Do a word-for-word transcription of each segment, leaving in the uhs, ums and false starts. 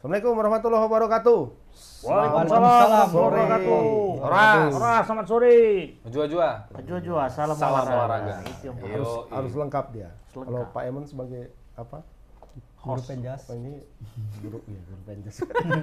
Assalamualaikum warahmatullahi wabarakatuh. Waalaikumsalam warahmatullahi wabarakatuh. Ras. Ras, selamat sore. Jua-jua. Jua-jua, salam, Salam olahraga. olahraga. Itu yang Yo. Harus Yoi. harus lengkap dia. Lengkap. Kalau Pak Emon sebagai apa? Guru penjas. Oh, ini guru ya, guru penjas.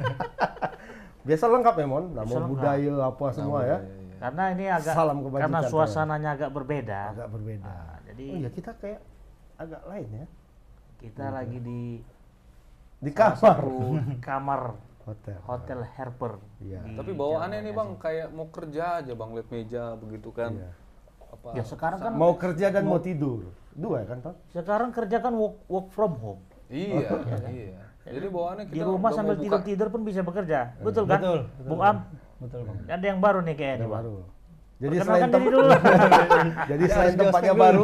Biasa lengkap Emon, nama lengkap. budaya apa semua ya. Karena ini agak Salam kebajikan, karena suasananya agak berbeda. Agak berbeda. Nah, jadi Oh iya, kita kayak agak lain ya. kita lagi di Di salah kamar satu kamar hotel. Hotel Harper. Iya. di Tapi bawaannya Jalan nih bang kayak mau kerja aja bang, lihat meja begitu kan. Iya. Apa? Ya sekarang kan Mau kerja dan mau tidur. Dua kan, Pak? sekarang kerja kan work, work from home. Iya, iya. Jadi bawaannya kita Di rumah udah sambil mau buka- tidur-tidur pun bisa bekerja. Betul kan? Betul, betul. Bung Am, Betul, Bang. ada yang baru nih kayaknya, Yang Bang. baru. Jadi Perkenalkan selain diri tempat, dulu. jadi selain tempatnya baru,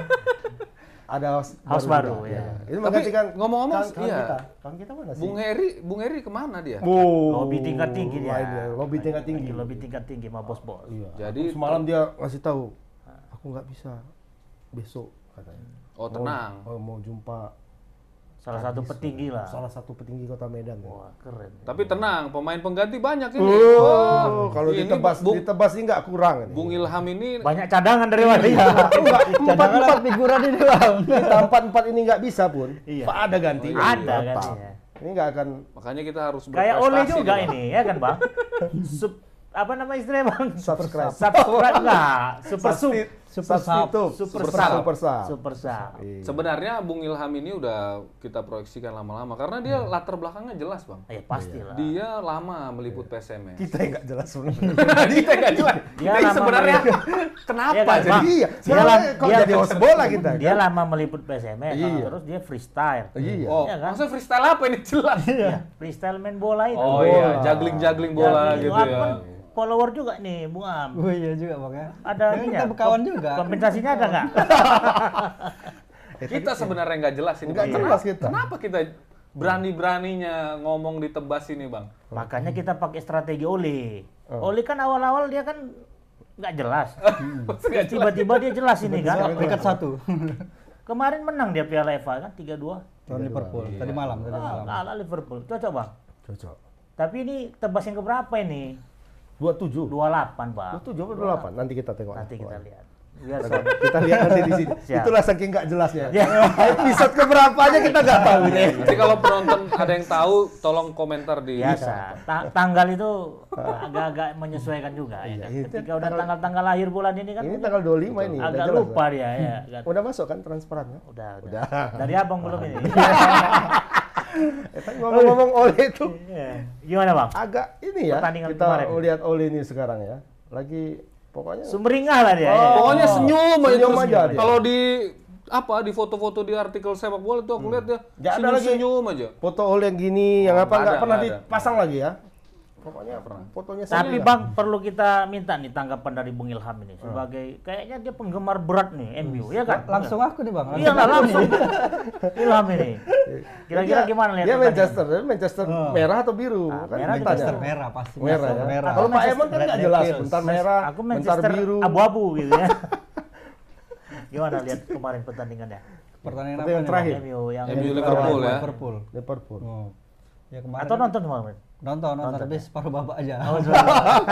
ada house, House baru, juga. ya. Ini Tapi menggantikan ngomong-ngomong, kawan, kawan iya. kita. Kawan kita mana sih? Bung Heri, Bung Heri kemana dia? Bu. Lobby tingkat tinggi dia. Lain dia, Lobby tingkat tinggi. Lagi lobby tingkat tinggi sama bos-bos. Iya. Jadi- Aku semalam dia ngasih tahu, aku nggak bisa besok katanya. Oh tenang. Mau, oh, mau jumpa Salah satu petinggi lah. salah satu petinggi kota Medan. Wah, keren. Tapi tenang, pemain pengganti banyak ini. Oh, Wah, kalau ini ditebas, Bung, ditebas ini nggak kurang. Ini. Bung Ilham ini Banyak cadangan dari mana? Enggak, empat Cadangan empat ada figuran ini, Bang. kita empat empat ini nggak bisa pun. Iya. Pak ada ganti. Oh, iya. Ada Tetap. kan ya. Ini nggak akan makanya kita harus Kayak Oli berprestasi juga nih, Bang. ini, ya kan, Bang? Sub apa nama istilahnya, Bang? subscribe. Subscribe enggak? Super sub. Super sub. Super Super sub. sub. Super sub. Super sub. Iya. Sebenarnya Bung Ilham ini udah kita proyeksikan lama-lama karena dia latar belakangnya jelas bang. Ya pastilah. Dia lama meliput P S M S. Kita yang nggak jelas sebenarnya. Kita nggak jelas. Dia Kita ini lama sebenarnya meliput. kenapa Iya kan, jadi? Bang? Iya. Dia Sebenarnya lam- kok dia- jadi host bola kita. Dia kan? lama meliput P S M S, Iya. terus dia freestyle. Iya. Oh, Iya kan? maksudnya freestyle apa ini jelas? Iya, freestyle main bola itu. Oh Bola. iya, juggling-juggling bola Jadi, gitu aku ya. kan follower juga nih, Bung Am. Oh iya juga, Bang ya. Ada Ya, ininya. kita berkawan Kom- juga. Kompensasinya ada nggak? Kita sebenarnya nggak jelas ini. Nggak Bang. jelas Kenapa- kita. Kenapa kita berani-beraninya ngomong di tebas ini bang? Makanya kita pakai strategi Oli. Oh. Oli kan awal-awal dia kan nggak jelas. Maksudnya Terus tiba-tiba dia jelas ini kan. Peringkat satu. Kemarin menang dia Piala F A kan tiga dua. Lawan Liverpool. Tadi malam, tadi Ah, malam. kalah Liverpool. Cocok, Bang. Cocok. Tapi ini tebas yang keberapa ini? dua puluh tujuh. dua puluh delapan, Bang. dua puluh tujuh atau dua puluh delapan? Nanti kita tengok. Nanti kita lihat. Biar Nanti soal- kita lihat nanti di sini. Siap. Itulah saking nggak jelasnya. Ya. Episode keberapa aja kita nggak tahu ini. Nanti kalau penonton ada yang tahu, tolong komentar di. biasa. Ta- tanggal itu agak-agak menyesuaikan juga ya. Iya, kan? itu Ketika udah tanggal- tanggal-tanggal lahir bulan ini kan Ini tanggal dua puluh lima ini. udah agak jelas, lupa Pak. dia ya. kan? Udah masuk kan transparannya? Udah, udah. Udah. Dari abang belum ini. Eh, tapi ngomong-ngomong Ole itu Iya. Gimana, Bang? agak ini ya. Pertandingan Kita kemarin. lihat Ole ini sekarang ya. Lagi pokoknya Sumringah lah dia. Oh, ya. Pokoknya senyum aja Senyum terus. aja dia. Kalau di apa di foto-foto di artikel sepak bola itu aku lihat dia Nggak ada lagi. senyum-senyum aja. foto Ole yang gini yang Oh, apa nggak nggak ada, pernah nggak ada. dipasang lagi ya. Pokoknya fotonya Tapi senyum. Bang, perlu kita minta nih tanggapan dari Bung Ilham ini sebagai kayaknya dia penggemar berat nih M U, ya kan? Langsung aku nih, Bang. Iya nggak langsung. Ilham ini. Kira-kira Dia- gimana lihat Dia pertandingan? Manchester, dia Manchester Oh. merah atau biru? Ah, kan merah ditanya. Manchester merah pasti. Merah ya. Merah. Kalau Pak Manchester Emon kan Red nggak jelas, Devils. bentar merah, Aku bentar Manchester biru. abu-abu gitu ya. Gimana lihat kemarin pertandingannya? Pertandingan Tapi apa yang nih, terakhir. Bang? M U yang M U Liverpool ya. Liverpool. Liverpool. Oh. Ya kemarin atau nonton kemarin? nonton, nonton, tapi separuh babak aja. Oh, sudah.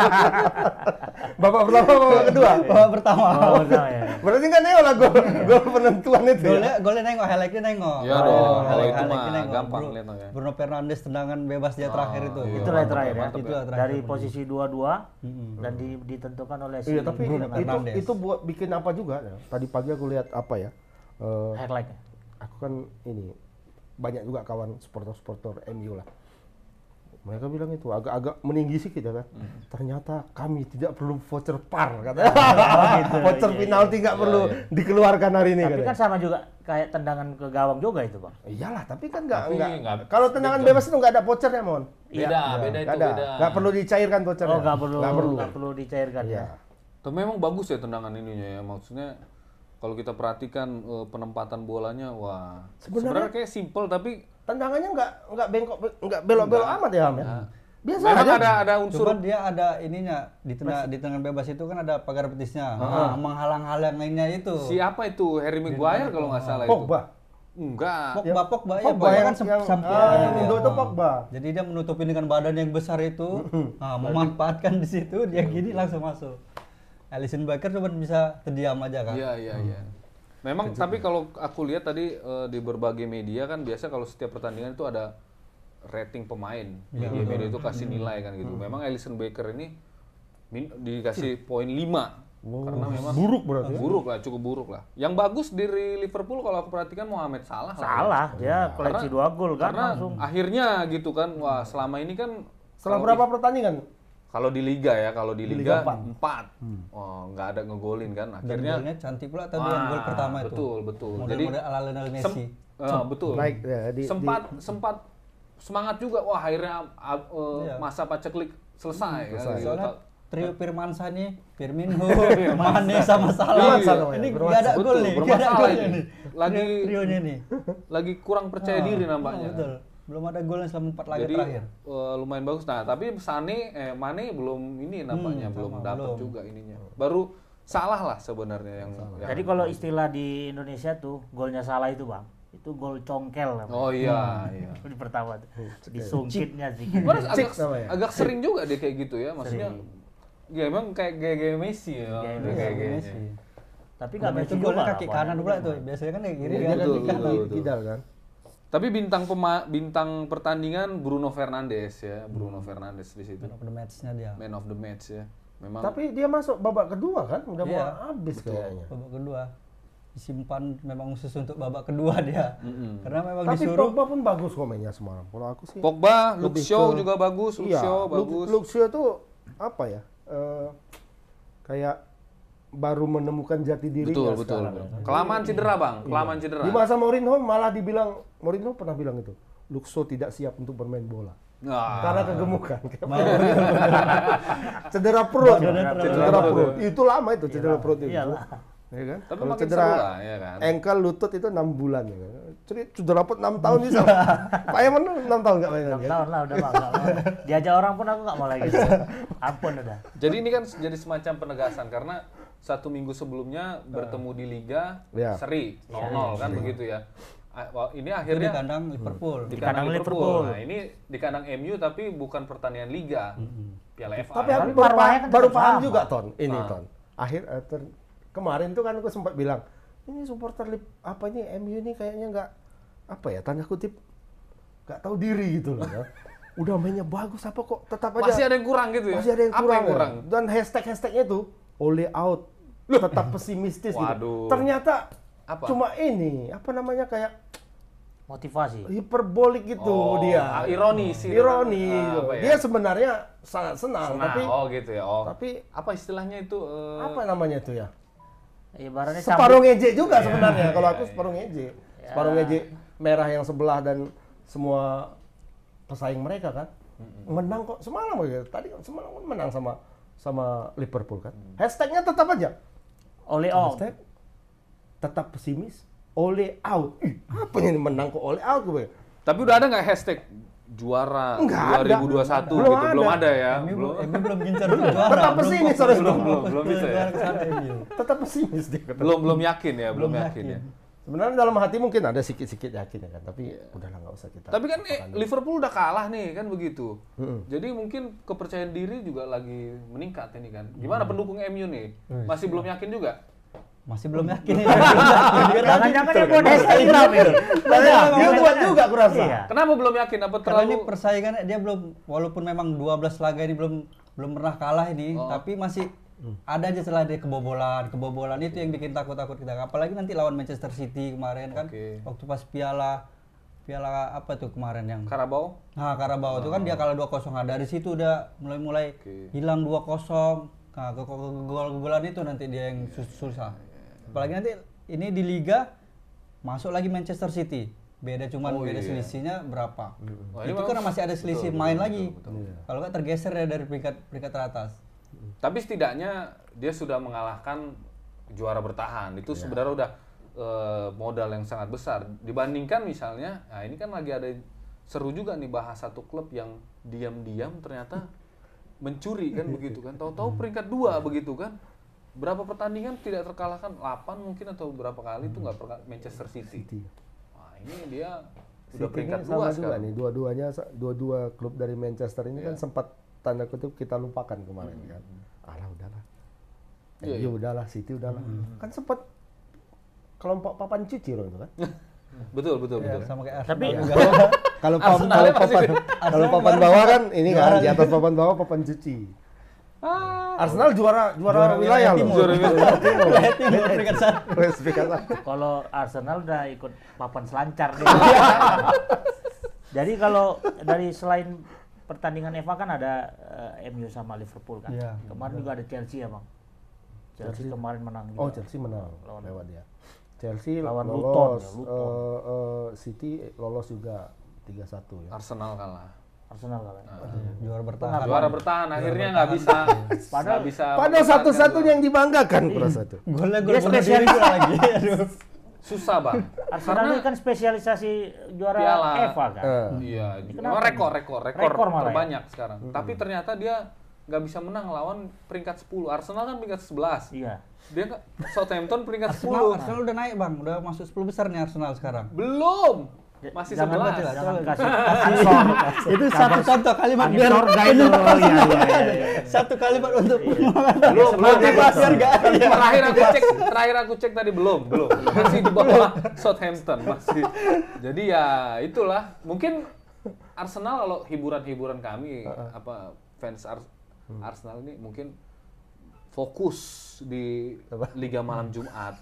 Babak pertama, babak kedua. babak pertama. Oh, betul ya. Berarti kan neo lah gol, gol penentuan itu. ya? Golnya, golnya nengok, highlightnya nengok. Iya dong, kalau highlight- itu highlightnya mah nengok. gampang Bruno- lihatnya. Bruno Fernandes tendangan bebas dia terakhir itu. iya. Itulah yang terakhir ya. Mantap ya. Itulah terakhir. Dari posisi dua dua Mm-mm. dan di- ditentukan oleh si Iya, tapi Bruno itu Fernandes. itu buat bikin apa juga ya? Tadi pagi aku lihat apa ya? eh, highlight. aku kan ini banyak juga kawan supporter-supporter M U lah. Mereka bilang itu agak-agak meninggi sih kita kan. Hmm. Ternyata kami tidak perlu voucher par katanya. gitu, voucher iya, penalti nggak iya. perlu Iya, dikeluarkan hari ini Tapi katanya. kan sama juga kayak tendangan ke gawang juga itu, Bang. Iyalah, tapi kan nggak Tapi nggak. nggak- Kalau tendangan bebas itu nggak ada vouchernya, Mon. Beda, Ya, beda nggak itu ada. beda. Nggak perlu dicairkan vouchernya. Oh, nggak perlu, Nggak perlu. nggak perlu dicairkan Iya. ya. Tapi memang bagus ya tendangan ininya ya. Maksudnya kalau kita perhatikan eh, penempatan bolanya, wah Sebenarnya- sebenarnya kayak simple tapi Tendangannya nggak nggak bengkok nggak belok-belok amat ya, Ham ya. Biasa memang aja. ada ada unsur Cuman dia ada ininya di tengah di tendangan bebas itu kan ada pagar betisnya. Nah, menghalang-halang lainnya itu. siapa itu Harry Maguire kalau nggak salah itu. Pogba. Enggak. Pogba, Pogba, ya, Pogba Pogba yang kan sem- yang samping. ah, Iya. Indo itu Pogba. Jadi dia menutupi dengan badan yang besar itu, nah, memanfaatkan di situ dia gini langsung masuk. Alisson Becker cuma bisa terdiam aja kan. Iya, iya, iya. Memang tapi kalau aku lihat tadi eh, di berbagai media kan biasa kalau setiap pertandingan itu ada rating pemain. Media-media itu kasih nilai kan gitu. Memang Alisson Becker ini min- dikasih poin lima. Karena memang buruk berarti ya? buruk lah, cukup buruk lah. Yang bagus dari Liverpool kalau aku perhatikan Mohamed Salah. lah ya. Salah, dia koleksi dua gol kan Karena langsung. akhirnya gitu kan, wah selama ini kan Setelah kalau berapa di- pertandingan? kalau di liga ya, kalau di Di liga, Liga empat. empat, oh nggak ada ngegolin kan. Dan Akhirnya golnya cantik pula tadi yang gol wah, pertama itu. betul betul. Jadi Model-model ala Lionel sem- Messi. ah, betul. Naik ya, di- sempat sempat semangat juga. Wah akhirnya ah, eh, Iya. masa paceklik selesai. kan, selesai. gitu. Soalnya trio Firmansyah nih, Firmino, Mane sama Salah. Firmansyah namanya, Ini Firmansyah. nggak ada Betul, gol nih, nggak ada bermasalah golnya ini. nih. Lagi- Trio- trionya nih. Lagi kurang percaya Ah, diri ah, nampaknya. betul. Belum ada golnya selama empat laga Jadi terakhir. eh, lumayan bagus. Nah, tapi Sane eh Mane belum ini nampaknya Hmm, belum sama, dapat belum. juga ininya. Baru Salah lah sebenarnya yang, yang Jadi kalau istilah di Indonesia tuh golnya Salah itu bang, itu gol congkel namanya. Oh iya, iya. Di pertama tuh, disungkitnya sih. Sebenarnya agak, Cik namanya. agak sering juga dia kayak gitu ya, maksudnya ya emang kayak gaya-gaya Messi ya, Gaya udah Messi. kayak gayanya. Messi. Tapi nggak Dan Messi itu juga golnya lah, kaki Pak. kanan pula tuh. Biasanya kan kayak gini Dia kan. kan betul, di kanan, betul, di betul. kidal kan. Tapi bintang pema, bintang pertandingan Bruno Fernandes ya, Bruno Fernandes di situ. Man of the match-nya dia. Man of the match ya. Memang Tapi dia masuk babak kedua kan, udah Iya, mau habis kayaknya. Babak kedua disimpan memang khusus untuk babak kedua dia. Mm-mm. Karena memang Tapi disuruh Pogba pun bagus komennya semalam. Kalau aku sih Pogba, lebih Luxio ke- juga bagus, iya, Luxio Lu- bagus. Luxio tuh apa ya? eh, kayak baru menemukan jati dirinya Betul, betul. sekarang. betul. Kelamaan cedera, Bang. Kelamaan cedera. Di masa Mourinho malah dibilang, Mourinho pernah bilang itu, Luxio tidak siap untuk bermain bola. Nah, Karena kegemukan. cedera perut. Badannya terlalu Cedera lama perut. tuh. Itu lama itu cedera perut itu. Iyalah. Ya kan? Tapi Kalau makin cedera seru lah, ya kan? ankle, lutut itu enam bulan ya kan. Jadi cedera perut enam tahun bisa. Pak Eman enam tahun enggak main enam kan? tahun lah udah Bang, nggak mau. Diajak orang pun aku nggak mau lagi. Ampun udah. Jadi ini kan jadi semacam penegasan karena satu minggu sebelumnya bertemu di liga Ya. seri nol nol kan begitu ya. Ah, wah, Ini itu di akhirnya kandang Liverpool. di Di kandang kandang Liverpool. Liverpool. Nah, ini di kandang M U tapi bukan pertandingan liga. Piala F A. Tapi aku Tapi baru, marwahnya paham, kan baru tetap paham sama. juga Ton, ini Ah. Ton. Akhir eh, ter- kemarin tuh kan aku sempat bilang, ini supporter Lip, apa ini M U ini kayaknya nggak apa ya, tanda kutip nggak tahu diri gitu loh. Ya. Udah mainnya bagus apa kok tetap aja Masih ada yang kurang gitu ya? masih ada yang Apa kurang, yang ya? kurang? Dan hashtag-hashtagnya tuh Ole out, tetap pesimistis gitu. Waduh. Ternyata Apa? cuma ini apa namanya kayak Motivasi. hiperbolik gitu Oh, dia. ah, ironi sih. Ironi. Ah, gitu. apa ya? Dia sebenarnya sangat senang, Senang. tapi oh gitu ya. Oh. tapi apa istilahnya itu? eh, apa namanya itu ya? Ibaratnya Separuh cambuk. ngejek juga sebenarnya. Kalau iya, aku iya. separuh ngejek. Separuh ngejek merah yang sebelah dan semua pesaing mereka kan. Menang kok semalam gitu. Tadi semalam kan menang sama sama Liverpool kan. Hashtagnya tetap aja. Oleh out. Hashtag tetap pesimis. Ole out. Ih, apa ini menang kok Ole out gue? Tapi udah ada nggak hashtag juara Nggak dua ribu dua puluh satu ada. Belum gitu? Belum ada. ada ya? M U Belum. M U belum gincar juara. Tetap pesimis, sorry. Belum, belum, belum bisa ya? Juara kesana M U. Tetap pesimis dia. Belum belum yakin ya, belum, Belum yakin, yakin. ya. Sebenarnya dalam hati mungkin ada sikit-sikit yakin ya kan, tapi udahlah nggak usah kita. Tapi kan eh, Liverpool udah kalah nih kan begitu. Mm-mm. Jadi mungkin kepercayaan diri juga lagi meningkat ini kan. Gimana pendukung M U nih? Masih belum yakin juga? Masih belum yakin. Jangan-jangan dia buat Instagram itu. Dia buat juga aku rasa. Iya. Kenapa belum yakin? Apa Karena ini terlalu persaingan dia belum, walaupun memang dua belas laga ini belum belum pernah kalah ini, Oh. tapi masih ada aja celah dia kebobolan. Kebobolan itu yang bikin takut-takut kita. Apalagi nanti lawan Manchester City kemarin kan, Oke. waktu pas piala piala apa tuh kemarin yang Karabau? Nah, Karabau itu kan dia kalah dua kosong. Nah, dari situ udah mulai-mulai Oke. hilang dua kosong. Nah, ke- ke- ke- gol-golan itu nanti dia yang sus- susah. Apalagi nanti ini di liga masuk lagi Manchester City. Beda cuman Oh, beda iya. selisihnya berapa. Oh, ini itu memang- karena masih ada selisih betul, main betul, lagi. betul, betul. Kalau nggak tergeser ya dari peringkat peringkat teratas. Tapi setidaknya dia sudah mengalahkan juara bertahan. Itu sebenarnya udah eh, modal yang sangat besar. Dibandingkan misalnya, nah ini kan lagi ada seru juga nih bahas satu klub yang diam-diam ternyata mencuri kan begitu kan. Tahu-tahu peringkat dua begitu kan. Berapa pertandingan tidak terkalahkan? delapan mungkin atau berapa kali itu nggak pernah Manchester City. City. Wah, ini dia udah City peringkat ini dua sama juga sekarang. nih, dua-duanya dua-dua klub dari Manchester ini Iya. kan sempat tanda kutip kita lupakan kemarin kan. Alah udahlah. Iya, M U udahlah, City udahlah. Kan sempat kelompok papan cuci loh itu kan. Betul, betul, Ya, betul. sama kayak Tapi- Arsenal juga. Kalau pap- Arsenal kalau masih- papan kalau papan bawah kan ini kan di atas papan bawah papan cuci. Arsenal juara juara, wilayah loh. Juara wilayah. Wilayah timur peringkat satu. Wes, peringkat satu. Kalau Arsenal udah ikut papan selancar deh. Jadi kalau dari selain pertandingan F A kan ada eh, M U sama Liverpool kan. Iya. Kemarin juga ada Chelsea ya bang. Chelsea, kemarin menang juga. Oh, Chelsea menang Lawan- lewat dia. Chelsea Lawan lolos, Luton ya, Luton. eh, eh, City lolos juga tiga satu ya. Arsenal kalah. Arsenal kalah. Juara bertahan. Juara bertahan, akhirnya nggak bisa, nggak bisa. Padahal satu-satunya yang dibanggakan Iya. kurasa itu. Golnya gol Dia bunuh diri spesialis. pula lagi. Aduh. susah bang. Arsenal ini kan spesialisasi juara Piala. F A kan. Eh, Iya, kenapa oh, rekor, rekor, rekor, Rekor malah ya? terbanyak sekarang. Tapi ternyata dia nggak bisa menang lawan peringkat sepuluh. Arsenal kan peringkat sebelas. Iya. Dia nggak- Southampton peringkat Arsenal, sepuluh. Arsenal udah naik bang, udah masuk sepuluh besar nih Arsenal sekarang. Belum. J- Masih jangan sebelas. berarti lah, jangan kasih ansor. Itu satu contoh kalimat Angin biar sorga itu. Oh, iya, iya, iya, iya. satu kalimat untuk Belum, belum. motivasi biar nggak ada. Terakhir aku cek, terakhir aku cek tadi belum, belum. Masih di bawah Southampton masih. Jadi ya itulah. Mungkin Arsenal kalau hiburan-hiburan kami apa fans Ars- Arsenal ini mungkin fokus di Liga Malam Jumat.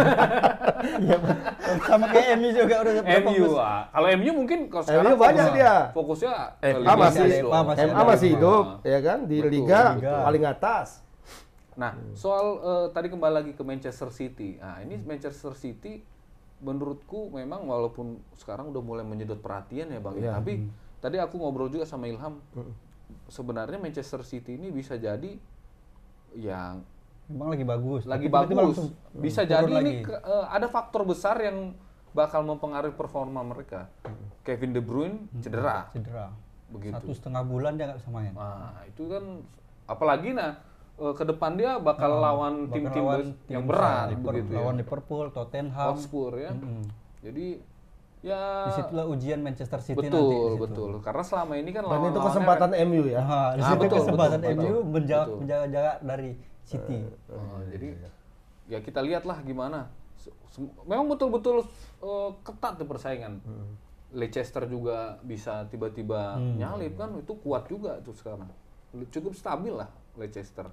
Iya, Bang. Sama kayak M U juga udah udah M U, fokus. ah. kalau M U mungkin kalau M U sekarang banyak fokusnya- dia. Fokusnya ke F A Liga masih, Inggris loh. F A masih M A ada. masih hidup, Ah. ya kan di Betul, liga, Liga. paling atas. Nah, soal eh, tadi kembali lagi ke Manchester City. Nah, ini Manchester City menurutku memang walaupun sekarang udah mulai menyedot perhatian ya, Bang. Iya. Tapi tadi aku ngobrol juga sama Ilham. Sebenarnya Manchester City ini bisa jadi yang Memang lagi bagus. lagi tapi tiba-tiba bagus. langsung Bisa turun jadi ini lagi. ke- eh, ada faktor besar yang bakal mempengaruhi performa mereka. Kevin De Bruyne cedera. Cedera. Begitu. Satu setengah bulan dia nggak bisa main. Nah, itu kan apalagi nah eh, ke depan dia bakal lawan Bakal tim-tim lawan bes- tim yang besar, berat Liverpool, begitu ya. lawan Liverpool, Tottenham. Hotspur ya. Mm-mm. Jadi ya Disitulah ujian Manchester City betul nanti. di situ. betul. Karena selama ini kan Dan lawan itu kesempatan M U ya. Nah, di Ah, situ betul, kesempatan betul, M U betul. menjaga Betul. menjaga dari City. Oh, jadi ya kita lihatlah gimana. Se- se- Memang betul-betul eh, ketat tuh persaingan. Leicester juga bisa tiba-tiba nyalip kan, itu kuat juga tuh sekarang. Cukup stabil lah Leicester.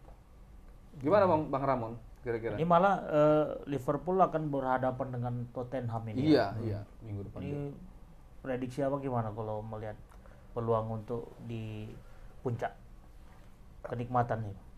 Gimana Bang Bang Ramon kira-kira? Ini malah eh, Liverpool akan berhadapan dengan Tottenham ini. Iya, iya, minggu depan. Ini prediksi apa gimana kalau melihat peluang untuk di puncak kenikmatan nih?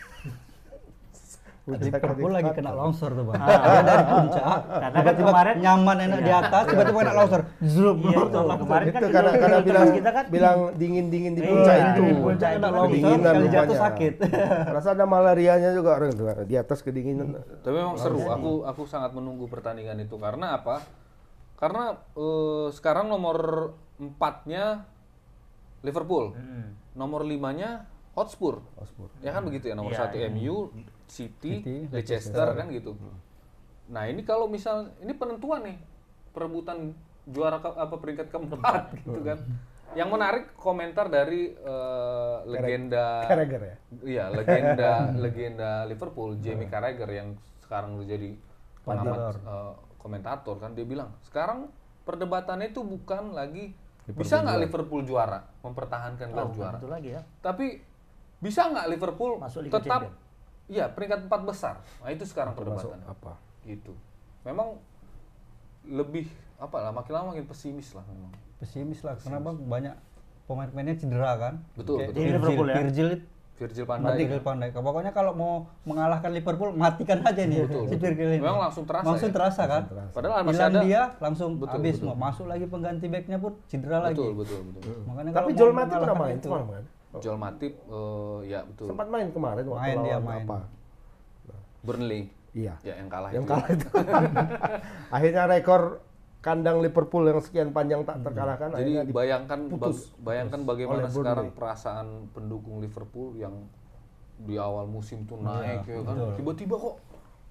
Liverpool lagi kena longsor tuh bang. Ah. Dia dari puncak, Karena kan tiba-tiba kemarin nyaman enak di Iya. atas, tiba-tiba kena longsor. Zrup. Iya, itu. Kemarin kan Itu dulu karena karena di bilang kita kan bilang dingin-dingin di Iya, puncak itu. di puncak Kena itu kan longsor, kedinginan sekali jatuh rupanya. sakit. Rasa ada malarianya juga orang itu di atas kedinginan. Tapi memang seru. Aku aku sangat menunggu pertandingan itu karena apa? Karena eh, sekarang nomor empatnya Liverpool, Hmm. nomor limanya Hotspur. Hotspur. Ya kan begitu ya, nomor Iya, satu iya. M U, City, City, Leicester kan gitu. Nah ini kalau misal ini penentuan nih perebutan juara ke, apa peringkat keempat gitu kan. Yang menarik komentar dari eh, legenda Carragher ya. Iya, legenda legenda Liverpool, Jamie Carragher yang sekarang udah jadi pengamat eh, komentator kan dia bilang, sekarang perdebatannya itu bukan lagi bisa nggak Liverpool juara, mempertahankan gelar Oh, juara. itu lagi ya. Tapi bisa nggak Liverpool Masuk Liga tetap Champions. iya peringkat empat besar. Nah, itu sekarang Termasuk perdebatannya. apa? Gitu. Memang lebih apa lah makin lama makin pesimis lah memang. Pesimis lah, karena bang banyak pemain-pemainnya cedera kan. Betul, Kayak betul. Di Virgil, Liverpool ya? Virgil itu Virgil mati Pandai. Virgil Pandai. Pokoknya kalau mau mengalahkan Liverpool, matikan aja nih Betul, si betul. Virgil ini. Memang langsung terasa Langsung ya? terasa kan. Padahal masih Hilang ada dia langsung Betul, habis betul. mau masuk lagi pengganti backnya pun cedera lagi. Betul, betul, betul. Makanya Tapi kalau Joel mau Matip pernah mengalahkan main itu, semalam kan? Joel Matip eh, ya betul. Sempat main kemarin waktu Main dia, lawan main. apa? Burnley. Iya. Ya yang kalah Yang itu. kalah itu. Akhirnya rekor kandang Liverpool yang sekian panjang tak terkalahkan Hmm. Jadi akhirnya bayangkan diputus. bag- bayangkan bagaimana oleh Burnley. sekarang perasaan pendukung Liverpool yang di awal musim tuh naik ya kan. betul. Tiba-tiba kok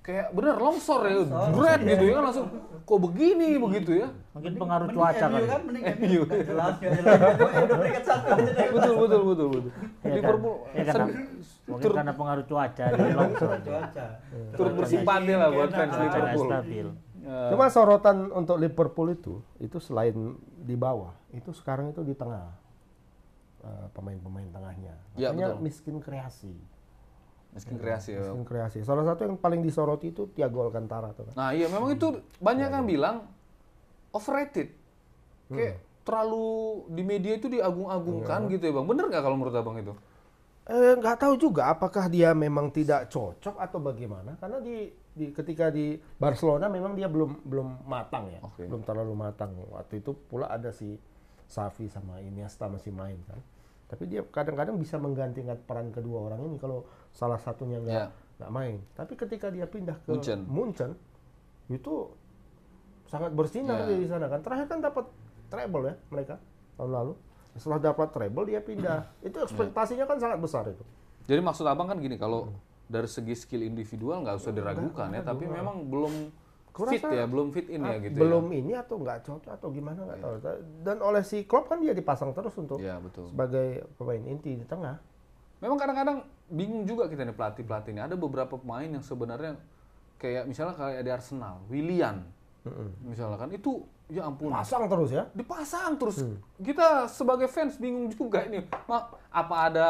kayak bener longsor ya, jebret gitu ya kan langsung kok begini begitu ya. Mungkin pengaruh cuaca kali. kan mending M U. M U kan jelas nggak jelas udah peringkat satu aja deh. Betul betul betul betul. Ya kan? Liverpool Ya kan? sen- Mungkin tur- karena pengaruh cuaca jadi longsor. Cuaca. turut bersimpati lah buat fans Cuaca nggak Liverpool. stabil. Eh, Cuma sorotan untuk Liverpool itu, itu selain di bawah, itu sekarang itu di tengah. eh, pemain-pemain tengahnya. Ya, Makanya betul. miskin kreasi. miskin kreasi ya. Miskin kreasi. Salah satu yang paling disoroti itu Thiago Alcantara tuh kan. Nah iya memang itu banyak yang bilang overrated. Kayak terlalu di media itu diagung-agungkan gitu ya bang. Bener nggak kalau menurut abang itu? Eh, nggak tahu juga apakah dia memang tidak cocok atau bagaimana, karena di, di ketika di Barcelona memang dia belum belum matang ya, Oke. belum terlalu matang. Waktu itu pula ada si Xavi sama Iniesta masih main kan, tapi dia kadang-kadang bisa menggantikan peran kedua orang ini kalau salah satunya nggak Ya. nggak main. Tapi ketika dia pindah ke Munchen. Munchen itu sangat bersinar Ya. dia di sana kan. Terakhir kan dapat treble ya mereka tahun lalu. Setelah dapat treble dia pindah. Itu ekspektasinya kan sangat besar itu. Jadi maksud abang kan gini, kalau dari segi skill individual nggak usah diragukan ya, tapi memang belum fit Kurasa- ya, belum fit in ya gitu belum ini atau nggak cocok atau gimana nggak tahu. Dan oleh si Klopp kan dia dipasang terus untuk ya. Iya betul. sebagai pemain inti di tengah. Memang kadang-kadang bingung juga kita nih pelatih-pelatih ini. Ada beberapa pemain yang sebenarnya kayak misalnya kayak di Arsenal, Willian. Misalnya kan itu ya ampun. Pasang terus ya. Dipasang terus. Kita sebagai fans bingung juga ini. Ma, apa ada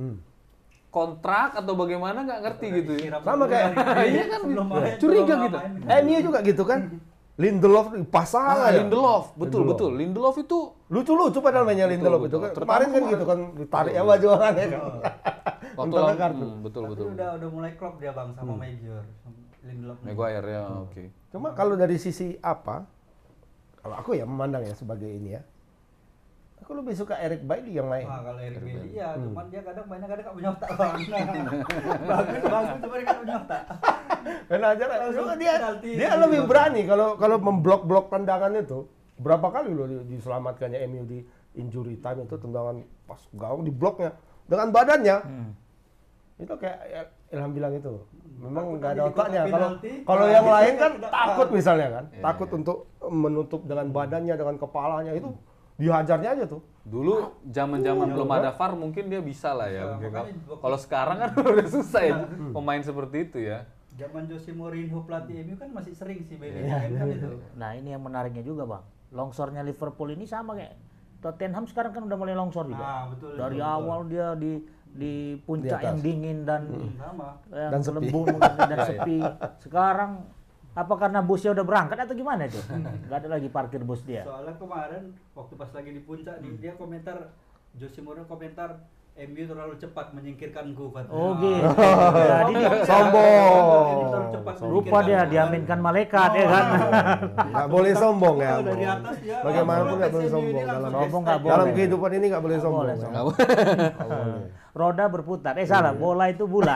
kontrak atau bagaimana nggak ngerti gitu ya. Sama kayak Iya kan, Sebelum main, curiga sebelum gitu. main. M U juga gitu kan. Lindelof dipasang Ah, aja. Lindelof, betul Lindelof. betul. Lindelof itu Lucu-lucu padahal mainnya Betul, Lindelof betul. itu kan. Terutama Kemarin kan kemarin. gitu kan ditarik ya baju orang ya kan. waktu Minta lawan- kartu. hmm, betul Tapi betul. udah udah mulai klop dia bang sama Major, sama Lindelof. Maguire ya, oke. Cuma kalau dari sisi apa? Kalau aku ya memandang ya sebagai ini ya. Aku lebih suka Eric Bailly yang main. Wah kalau Eric Bailly iya, cuman dia kadang mainnya kadang nggak punya otak bang. bagus bagus cuma dia nggak punya otak. Karena aja Langsung cuma dia penalti dia itu lebih juga. berani kalau kalau memblok-blok tendangan itu. Berapa kali loh di- diselamatkannya M U di injury time itu tendangan pas gawang di bloknya dengan badannya. Itu kayak ya, Ilham bilang itu. Memang Takut nggak ada nanti di otaknya. kotak Kalau penalti, kalau nah, yang gitu lain kan kan tidak takut paham. misalnya kan, Iya, takut iya. untuk menutup dengan badannya, dengan kepalanya itu dihajarnya aja tuh. Dulu zaman-zaman belum ada V A R mungkin dia bisa lah ya. mungkin. Kalau sekarang kan udah susah ya pemain seperti itu ya. Zaman Jose Mourinho pelatih M U kan masih sering sih Bailly Iya. main kan itu. Nah ini yang menariknya juga bang, longsornya Liverpool ini sama kayak Tottenham sekarang kan udah mulai longsor juga. Ah, betul, Dari betul, awal dia di di puncak Di atas. yang dingin dan Hmm, sama. yang Dan sepi. lembut mungkin dan sepi. Sekarang apa karena busnya udah berangkat atau gimana itu? Gak ada lagi parkir bus dia. Soalnya kemarin waktu pas lagi di puncak nih dia komentar Jose Mourinho komentar M U terlalu cepat menyingkirkanku katanya. Oh gitu. Ah. Jadi dia Sombong. Ini terlalu cepat rupa menyingkirkanku. dia diaminkan malaikat ya kan. Nggak boleh sombong ya. Oh, dari atas dia Bagaimanapun nggak langsung boleh M U ini sombong. langsung Dalam, Sombong nggak dalam boleh. kehidupan ini nggak boleh Nggak sombong. boleh ya. sombong. Nggak boleh. Roda berputar. Eh salah, bola itu bulat.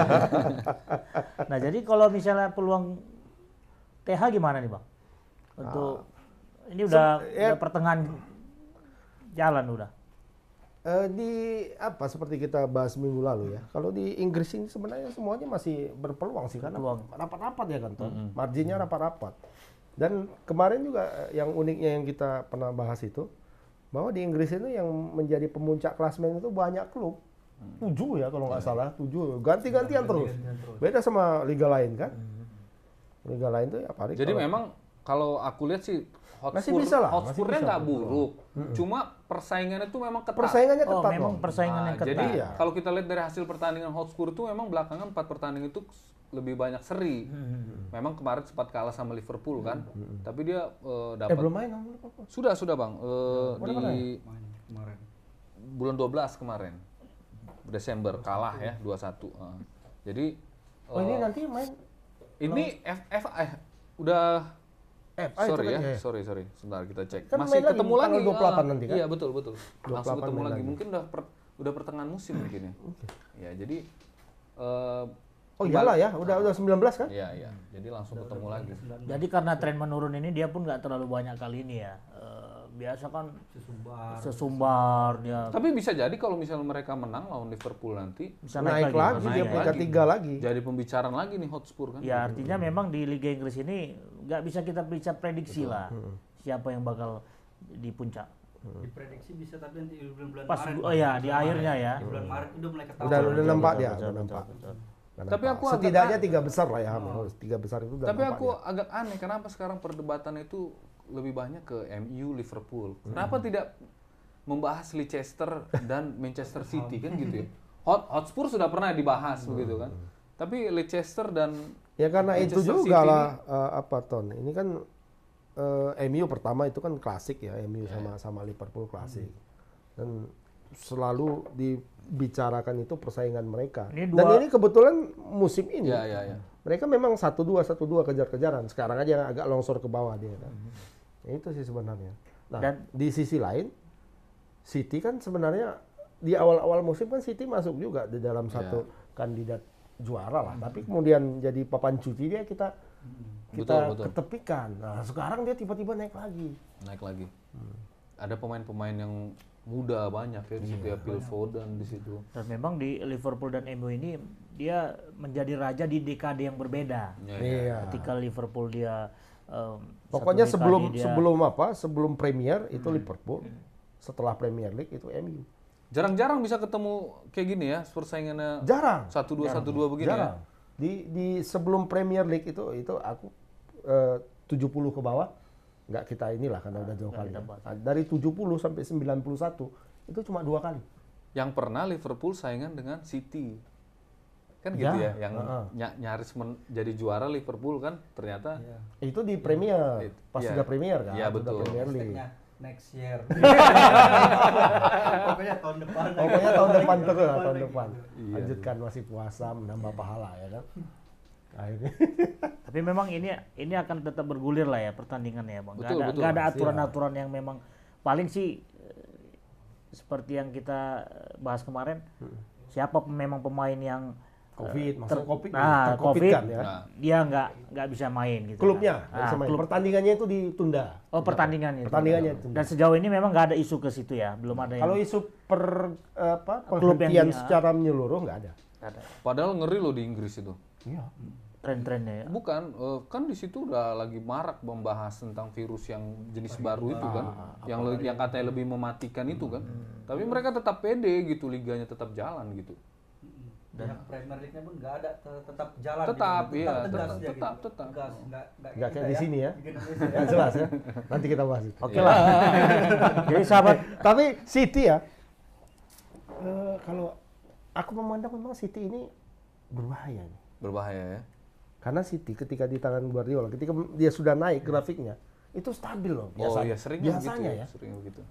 Nah jadi kalau misalnya peluang T H gimana nih bang? Untuk ini udah, Se- ya. udah pertengahan jalan udah. Eh, di apa seperti kita bahas minggu lalu ya. Kalau di Inggris ini sebenarnya semuanya masih berpeluang sih karena Berpeluang. rapat-rapat ya kan, Ton. Marginnya rapat-rapat. Dan kemarin juga eh, yang uniknya yang kita pernah bahas itu bahwa di Inggris itu yang menjadi pemuncak klasemen itu banyak klub. Tujuh ya kalau nggak salah, tujuh. Ganti-gantian terus. Beda sama liga lain kan. Liga lain tuh ya paling. Jadi kalau- memang kalau aku lihat sih Masih Hotspur, bisa lah, masih Hotspurnya bisa. nggak buruk. Cuma persaingannya itu memang ketat. persaingannya Oh ketat. memang Ton. persaingan yang Nah, ketat. jadi Iya. kalau kita lihat dari hasil pertandingan Hotspur itu memang belakangan empat pertandingan itu lebih banyak seri. Memang kemarin sempat kalah sama Liverpool kan, tapi dia eh, eh dapat belum main Om. sudah sudah bang Eh, di Main kemarin. bulan dua belas kemarin Desember kalah ya dua satu. Eh, jadi Oh ini eh, nanti main ini F F eh udah F A sorry itu ya, kan, ya. sorry sorry, sebentar kita cek. Kan Masih main lagi, ketemu tanggal lagi. dua puluh delapan ah, nanti kan? Iya betul betul. Langsung dua puluh delapan ketemu main lagi. lagi. Mungkin udah per- udah pertengahan musim mungkin ya. Ya jadi eh, Oh iyalah ya, udah udah sembilan belas kan? Iya iya. Jadi langsung ketemu lagi. Jadi karena tren menurun ini dia pun nggak terlalu banyak kali ini ya eh, biasa kan Sesumbar. sesumbar dia Tapi bisa jadi kalau misalnya mereka menang lawan Liverpool nanti bisa naik, naik, lagi, Naik dia lagi. peringkat tiga lagi. jadi pembicaraan lagi nih Hotspur kan. Ya artinya memang di Liga Inggris ini nggak bisa kita bisa prediksi lah siapa yang bakal di puncak. Diprediksi bisa tapi nanti di bulan-bulan Pas Maret. oh ya di akhirnya ya. Di bulan Maret udah mulai ketahuan. Udah udah nampak dia, betul, udah betul, nampak. betul. Udah Tapi nampak. aku agak- setidaknya tiga besar lah ya, tiga besar itu udah Tapi nampak aku dia. agak aneh kenapa sekarang perdebatan itu lebih banyak ke M U Liverpool. Kenapa tidak membahas Leicester dan Manchester City kan gitu ya. Hot Hotspur sudah pernah dibahas begitu kan. Tapi Leicester dan Ya karena itu Manchester juga City lah eh, apa Ton. Ini kan eh, M U pertama itu kan klasik ya, M U sama sama Liverpool klasik. Dan selalu dibicarakan itu persaingan mereka. Ini Dan dua- ini kebetulan musim ini. ya ya ya. Mereka memang satu dua satu dua kejar-kejaran. Sekarang aja yang agak longsor ke bawah dia kan. Ya, itu sih sebenarnya. Nah, Dan- di sisi lain City kan sebenarnya di awal-awal musim kan City masuk juga di dalam satu kandidat juara lah. Tapi kemudian jadi papan cuci dia kita kita Betul, betul. ketepikan. Nah, sekarang dia tiba-tiba naik lagi. Naik lagi. Ada pemain-pemain yang muda banyak ya di situ ya, Phil Foden di situ. Dan memang di Liverpool dan M U ini dia menjadi raja di dekade yang berbeda. Ya, ya. Iya. Ketika Liverpool dia em, Pokoknya satu dekade sebelum dia- sebelum apa? Sebelum Premier itu Liverpool. Setelah Premier League itu M U. Jarang-jarang bisa ketemu kayak gini ya, persaingannya Jarang. satu dua satu dua begini Jarang. ya. Di di sebelum Premier League itu itu aku eh, tujuh puluh ke bawah nggak kita inilah karena udah jauh kali. kita ya. bahas. Nah, dari tujuh puluh sampai sembilan puluh satu itu cuma dua kali. Yang pernah Liverpool saingan dengan City. Kan Ya, gitu ya, yang heeh. ny- nyaris men- jadi juara Liverpool kan ternyata Itu di Premier. It- Pas iya. sudah Premier kan, Iya, sudah betul. Premier League. Hashtagnya next year. Pokoknya tahun depan. lagi. Pokoknya tahun depan terus lah, tahun lagi. depan. Iya. Lanjutkan masih puasa menambah pahala ya kan. Akhirnya Tapi memang ini ini akan tetap bergulir lah ya pertandingannya ya bang. Nggak Betul, ada, betul. nggak ada Pasti aturan-aturan yang memang paling sih eh, seperti yang kita eh, bahas kemarin. Siapa pem- memang pemain yang eh, Covid, masalah Covid, nah, ter-Covid COVID, kan ya. Nah. dia nggak nggak bisa main gitu. Klubnya kan. nggak Ah, bisa main. klub- Pertandingannya itu ditunda. oh pertandingannya. itu. Pertandingannya ditunda. Dan sejauh ini memang nggak ada isu ke situ ya, belum ada yang. Kalau isu per apa Klub yang penghentian di- secara menyeluruh nggak ada. nggak ada padahal ngeri loh di Inggris itu. Iya. tren-trennya ya. Bukan, eh, kan di situ udah lagi marak membahas tentang virus yang jenis baru itu kan, yang le- yang katanya lebih mematikan itu kan. Tapi mereka tetap pede gitu, liganya tetap jalan gitu. Dan Premier League-nya pun nggak ada, te- tetap jalan. Tetap, gitu. iya, tegas tetap, dia gitu. tetap, tetap. Tegas, nggak nggak Nggak kayak kita di sini ya. Di Indonesia. Nggak jelas ya. Nanti kita bahas itu. Oke lah. Jadi sahabat, Tapi City ya, eh, kalau aku memandang memang City ini berbahaya nih. Berbahaya ya. Karena City ketika di tangan Guardiola, ketika dia sudah naik grafiknya, itu stabil loh. Oh Biasanya, iya, sering biasanya begitu ya, sering begitu.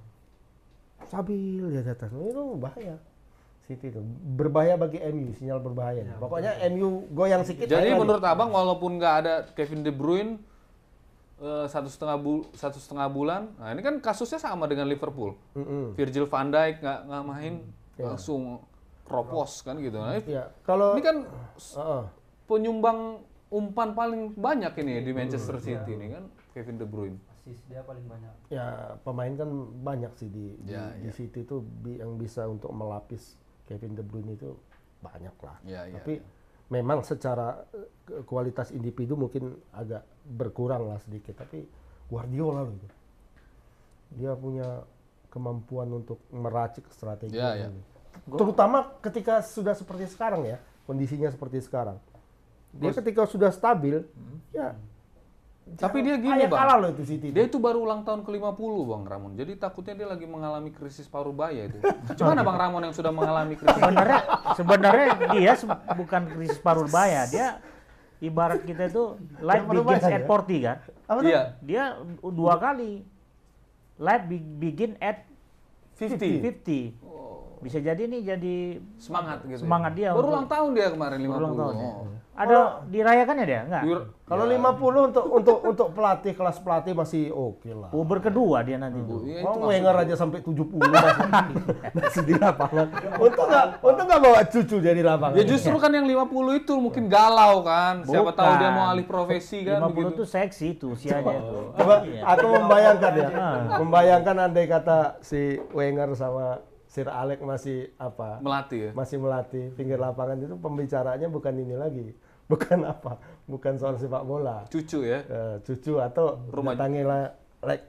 stabil dia datang. Itu bahaya. City itu berbahaya bagi M U, sinyal berbahaya. nih. Pokoknya M U goyang sedikit. Jadi naik lagi. menurut abang walaupun nggak ada Kevin De Bruyne eh, satu setengah bu satu setengah bulan, nah ini kan kasusnya sama dengan Liverpool. Mm-mm. Virgil van Dijk nggak nggak main langsung kropos kan gitu. Nah, Iya, kalau ini kan Heeh. penyumbang umpan paling banyak ini di Manchester City ini kan Kevin De Bruyne. Assist dia paling banyak. ya pemain kan banyak sih di di, Ya, di ya. City itu bi- yang bisa untuk melapis Kevin De Bruyne itu banyak lah. Ya, ya, Tapi ya. memang secara eh, kualitas individu mungkin agak berkurang lah sedikit. Tapi Guardiola loh itu. Dia punya kemampuan untuk meracik strategi. Ya, yang ya. ini. Terutama ketika sudah seperti sekarang ya, kondisinya seperti sekarang. Dia ketika sudah stabil, ya. Tapi dia gini, kayak Bang. kalah loh itu City. Dia itu baru ulang tahun ke lima puluh Bang Ramon. Jadi takutnya dia lagi mengalami krisis paruh baya itu. Gimana Bang Ramon yang sudah mengalami krisis? sebenarnya sebenarnya dia se- bukan krisis paruh baya, dia ibarat kita itu life Yang paruh begins baya at ya? forty kan. Apa tuh? Iya, Dia dua kali life be- begin at fifty. fifty. Bisa jadi nih jadi Semangat gitu. semangat ya. dia. Baru untuk- ulang tahun dia kemarin lima Berulang puluh. tahun ya. Oh. Ada dirayakannya dia? Enggak? Dir- Kalau ya. lima puluh untuk untuk untuk pelatih kelas pelatih masih oke lah. Uber kedua dia nanti tuh. Iya, itu Oh, maksud- Wenger aja sampai tujuh puluh masih, masih di lapangan. Untung nggak, untung nggak bawa cucu jadi lapangan. Ya justru kan yang lima puluh itu mungkin galau kan. Siapa tahu dia mau alih profesi kan lima puluh begitu. tuh seksi tuh usianya tuh. Coba Iya. aku membayangkan ya, Ah. membayangkan andai kata si Wenger sama Sir Alex masih apa, Melatih ya. masih melatih pinggir lapangan itu pembicaraannya bukan ini lagi, bukan apa, bukan soal sepak bola, Cucu ya. Eh, cucu atau Rumah- datangilah like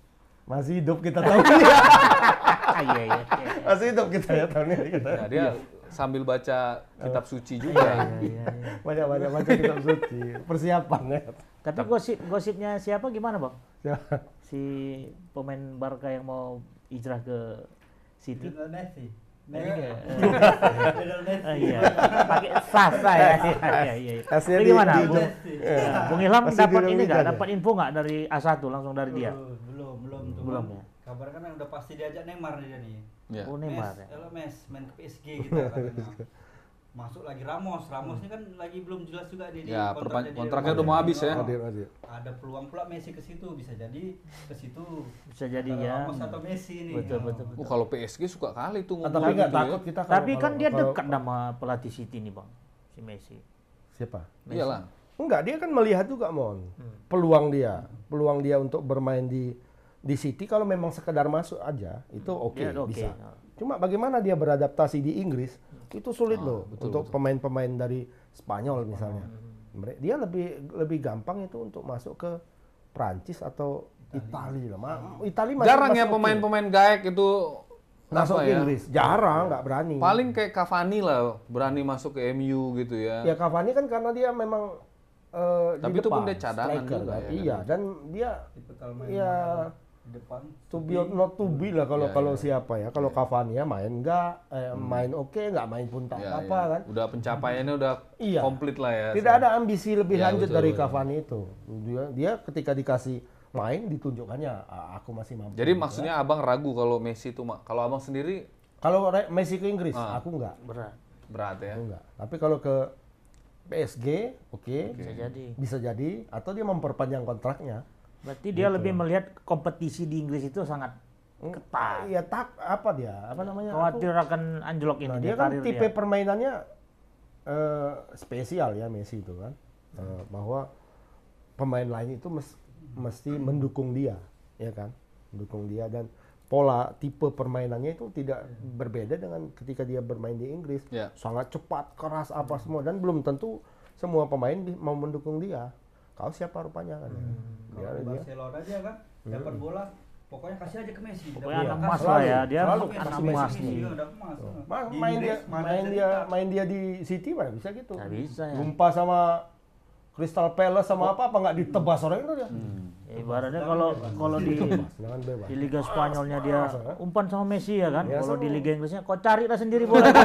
masih hidup kita tahu dia, Ah, iya, iya, iya. masih hidup kita ya tahun ini kita. Nah, dia sambil baca kitab suci juga. Iya, iya. Banyak banyak baca kitab suci, persiapan ya. Tapi gosip gosipnya siapa gimana, Bang? Ya. Si pemain Barca yang mau hijrah ke City? Lionel Messi. Iya. Lionel Messi. Ah, iya. Pakai sasa ya. Iya, iya, iya. Tasnya Tapi di- gimana? di- Bung, Ya. Bung Ilham Masih dapat di ini Liga nggak? dia? Dapat info nggak dari A satu langsung dari dia? Belum, belum, belum. tuh, Belum, Bang. ya? Kabar kan udah pasti diajak Neymar dia nih. Ya. Oh, Neymar Mes, ya. Elo Mes main ke P S G gitu katanya. Masuk lagi Ramos. Ramos ini kan lagi belum jelas juga dia di Ya, kontraknya perpan- dia. kontraknya udah mau habis ya. Hadir, hadir. Ada peluang pula Messi ke situ, bisa jadi ke situ. Bisa jadi Antara ya. Ramos atau Messi nih. Betul, Oh. betul, Oh, betul. kalau P S G suka kali tuh Ah, ngomong tapi nggak gitu ya. takut kita kalau- Tapi kan kalau- dia kalau- dekat sama pelatih City nih, Bang. Si Messi. Siapa? Iyalah. Enggak, dia kan melihat juga Mon. Peluang dia, peluang dia untuk bermain di di City kalau memang sekedar masuk aja itu oke Dia oke. bisa. Cuma bagaimana dia beradaptasi di Inggris itu sulit loh untuk pemain-pemain dari Spanyol misalnya. Mere- Dia lebih lebih gampang itu untuk masuk ke Prancis atau Italia lah. Ma- Italia masih Jarang masih ya oke. pemain-pemain gaek itu masuk apa ke ya? Inggris. Jarang, nggak berani. Paling kayak Cavani lah, berani masuk ke M U gitu ya. Ya Cavani kan karena dia memang eh, di Tapi itu pun depan, dia cadangan striker juga kan. ya, Iya, dan dia Tipikal main ya di depan. to be or not to be lah kalau Ya, kalau ya. siapa ya. Kalau Cavani ya main enggak, eh, main oke, nggak main pun tak Ya, apa ya. kan. Udah pencapaiannya udah Iya. komplit lah ya. Tidak ada ambisi lebih Ya, lanjut betul, dari betul. Cavani itu. Dia, dia ketika dikasih main ditunjukkannya "Ah, aku masih mampu. Jadi gitu maksudnya abang ragu kalau Messi itu, Ma- kalau abang sendiri ya. Kalau Re- Messi ke Inggris, Ah. aku enggak. Berat. berat ya. Aku enggak. Tapi kalau ke P S G, oke. Bisa jadi. Bisa jadi atau dia memperpanjang kontraknya. Berarti dia lebih melihat kompetisi di Inggris itu sangat ketat. Iya tak apa dia? Apa namanya? Aku- Khawatir akan anjlok ini Nah, dia dia kan karir tipe dia. permainannya eh, spesial ya Messi itu kan. Eh, bahwa pemain lain itu mes- mesti mendukung dia, ya kan? Mendukung dia dan pola tipe permainannya itu tidak berbeda dengan ketika dia bermain di Inggris. Ya. Sangat cepat, keras apa semua dan belum tentu semua pemain bi- mau mendukung dia. Kau siapa rupanya kan? ya? Dia, Kalau di dia Barcelona aja kan dapat bola, pokoknya kasih aja ke Messi. Pokoknya Dapat anak bola, emas kasih. lah ya, dia Selalu anak kasih emas Messi. nih. Iya, udah emas. Ma- Di main dia Inggris, mana main cerita. dia main dia di City mana bisa gitu. Nggak bisa ya. Jumpa sama Crystal Palace sama apa apa nggak ditebas orang itu dia. Ya, ibaratnya kalau kalau di Jangan bebas. di Liga Spanyolnya dia umpan sama Messi ya kan. Ya, Kalau di seru. Liga Inggrisnya kau cari lah sendiri bola itu.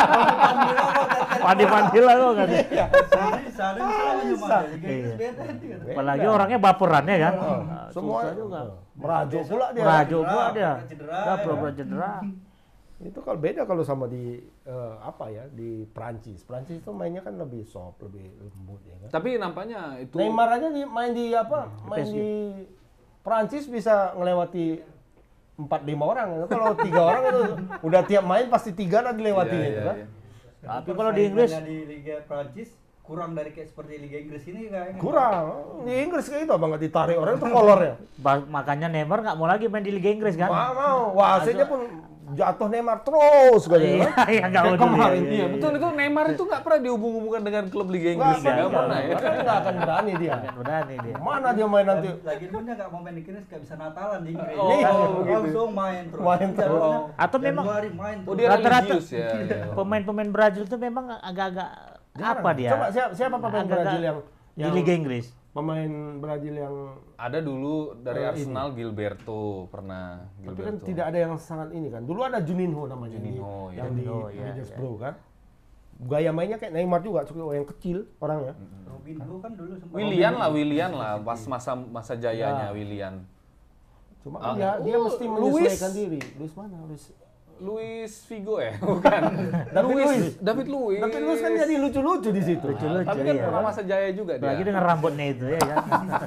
Pandi-pandi lah kok kan. Sari, sari misalnya cuma Liga Inggris Iya. beda dia. Apalagi orangnya baperan ya kan. Oh, Nah, semua susah juga. merajuk pula dia. Merajuk pula Cedera, dia. cedera, Dia ya. pura-pura cedera. Itu kalau beda kalau sama di eh, apa ya di Prancis. Prancis itu mainnya kan lebih soft, lebih lembut ya kan. Tapi nampaknya itu Neymar aja di, main di apa? Main P S G. di Prancis bisa ngelewati empat lima orang. Kalau tiga orang itu udah tiap main pasti tiga lah dilewati Iya, gitu iya, kan. iya. Tapi kalau di Inggris Persaingannya di Liga Prancis kurang dari kayak seperti Liga Inggris ini kayaknya. Kurang. Di Inggris kayak itu abang nggak ditarik orang itu kolornya. ba- makanya Neymar nggak mau lagi main di Liga Inggris kan. Mau, mau. Wasitnya pun jatuh Neymar terus Iya, katanya. iya nggak Kayak mau dulu. kemarin Iya, Iya, betul itu Neymar itu nggak pernah dihubung-hubungkan dengan klub Liga Inggris. Nggak Nggak pernah, pernah ya. karena nggak akan berani dia. Kan udah nih dia. Mana dia main nanti? Lagi pun dia nggak mau main di Inggris, nggak bisa Natalan di Inggris. Oh, Iya, begitu. langsung main terus. Main terus. Jadwalnya Atau memang Januari main Oh, terus. dia Rata-rata religius ya. iya. pemain-pemain Brazil itu memang agak-agak Jarang. apa dia? Coba siapa, siapa pemain Agak-agak Brazil yang, di yang Liga Inggris? pemain Brazil yang Ada dulu dari Eh, Arsenal Gilberto pernah. tapi kan Gilberto. tidak ada yang sangat ini kan. Dulu ada Juninho namanya Juninho, di, ya. yang di Juninho, ya, Middlesbrough kan. Gaya mainnya kayak Neymar juga, cuma yang kecil orangnya. Robinho kan dulu sempat. Willian lah, Willian lah, pas masa masa jayanya Ya. Willian. Cuma Ah, kan dia, dia oh, mesti Luis. menyesuaikan diri. Luis mana? Luis Luis Figo ya, bukan. David Luiz. David Luiz. David Luiz kan jadi lucu-lucu di situ. Lucu-lucu, Tapi kan iya. pernah masa jaya juga dia. Apalagi dengan rambutnya itu ya kan.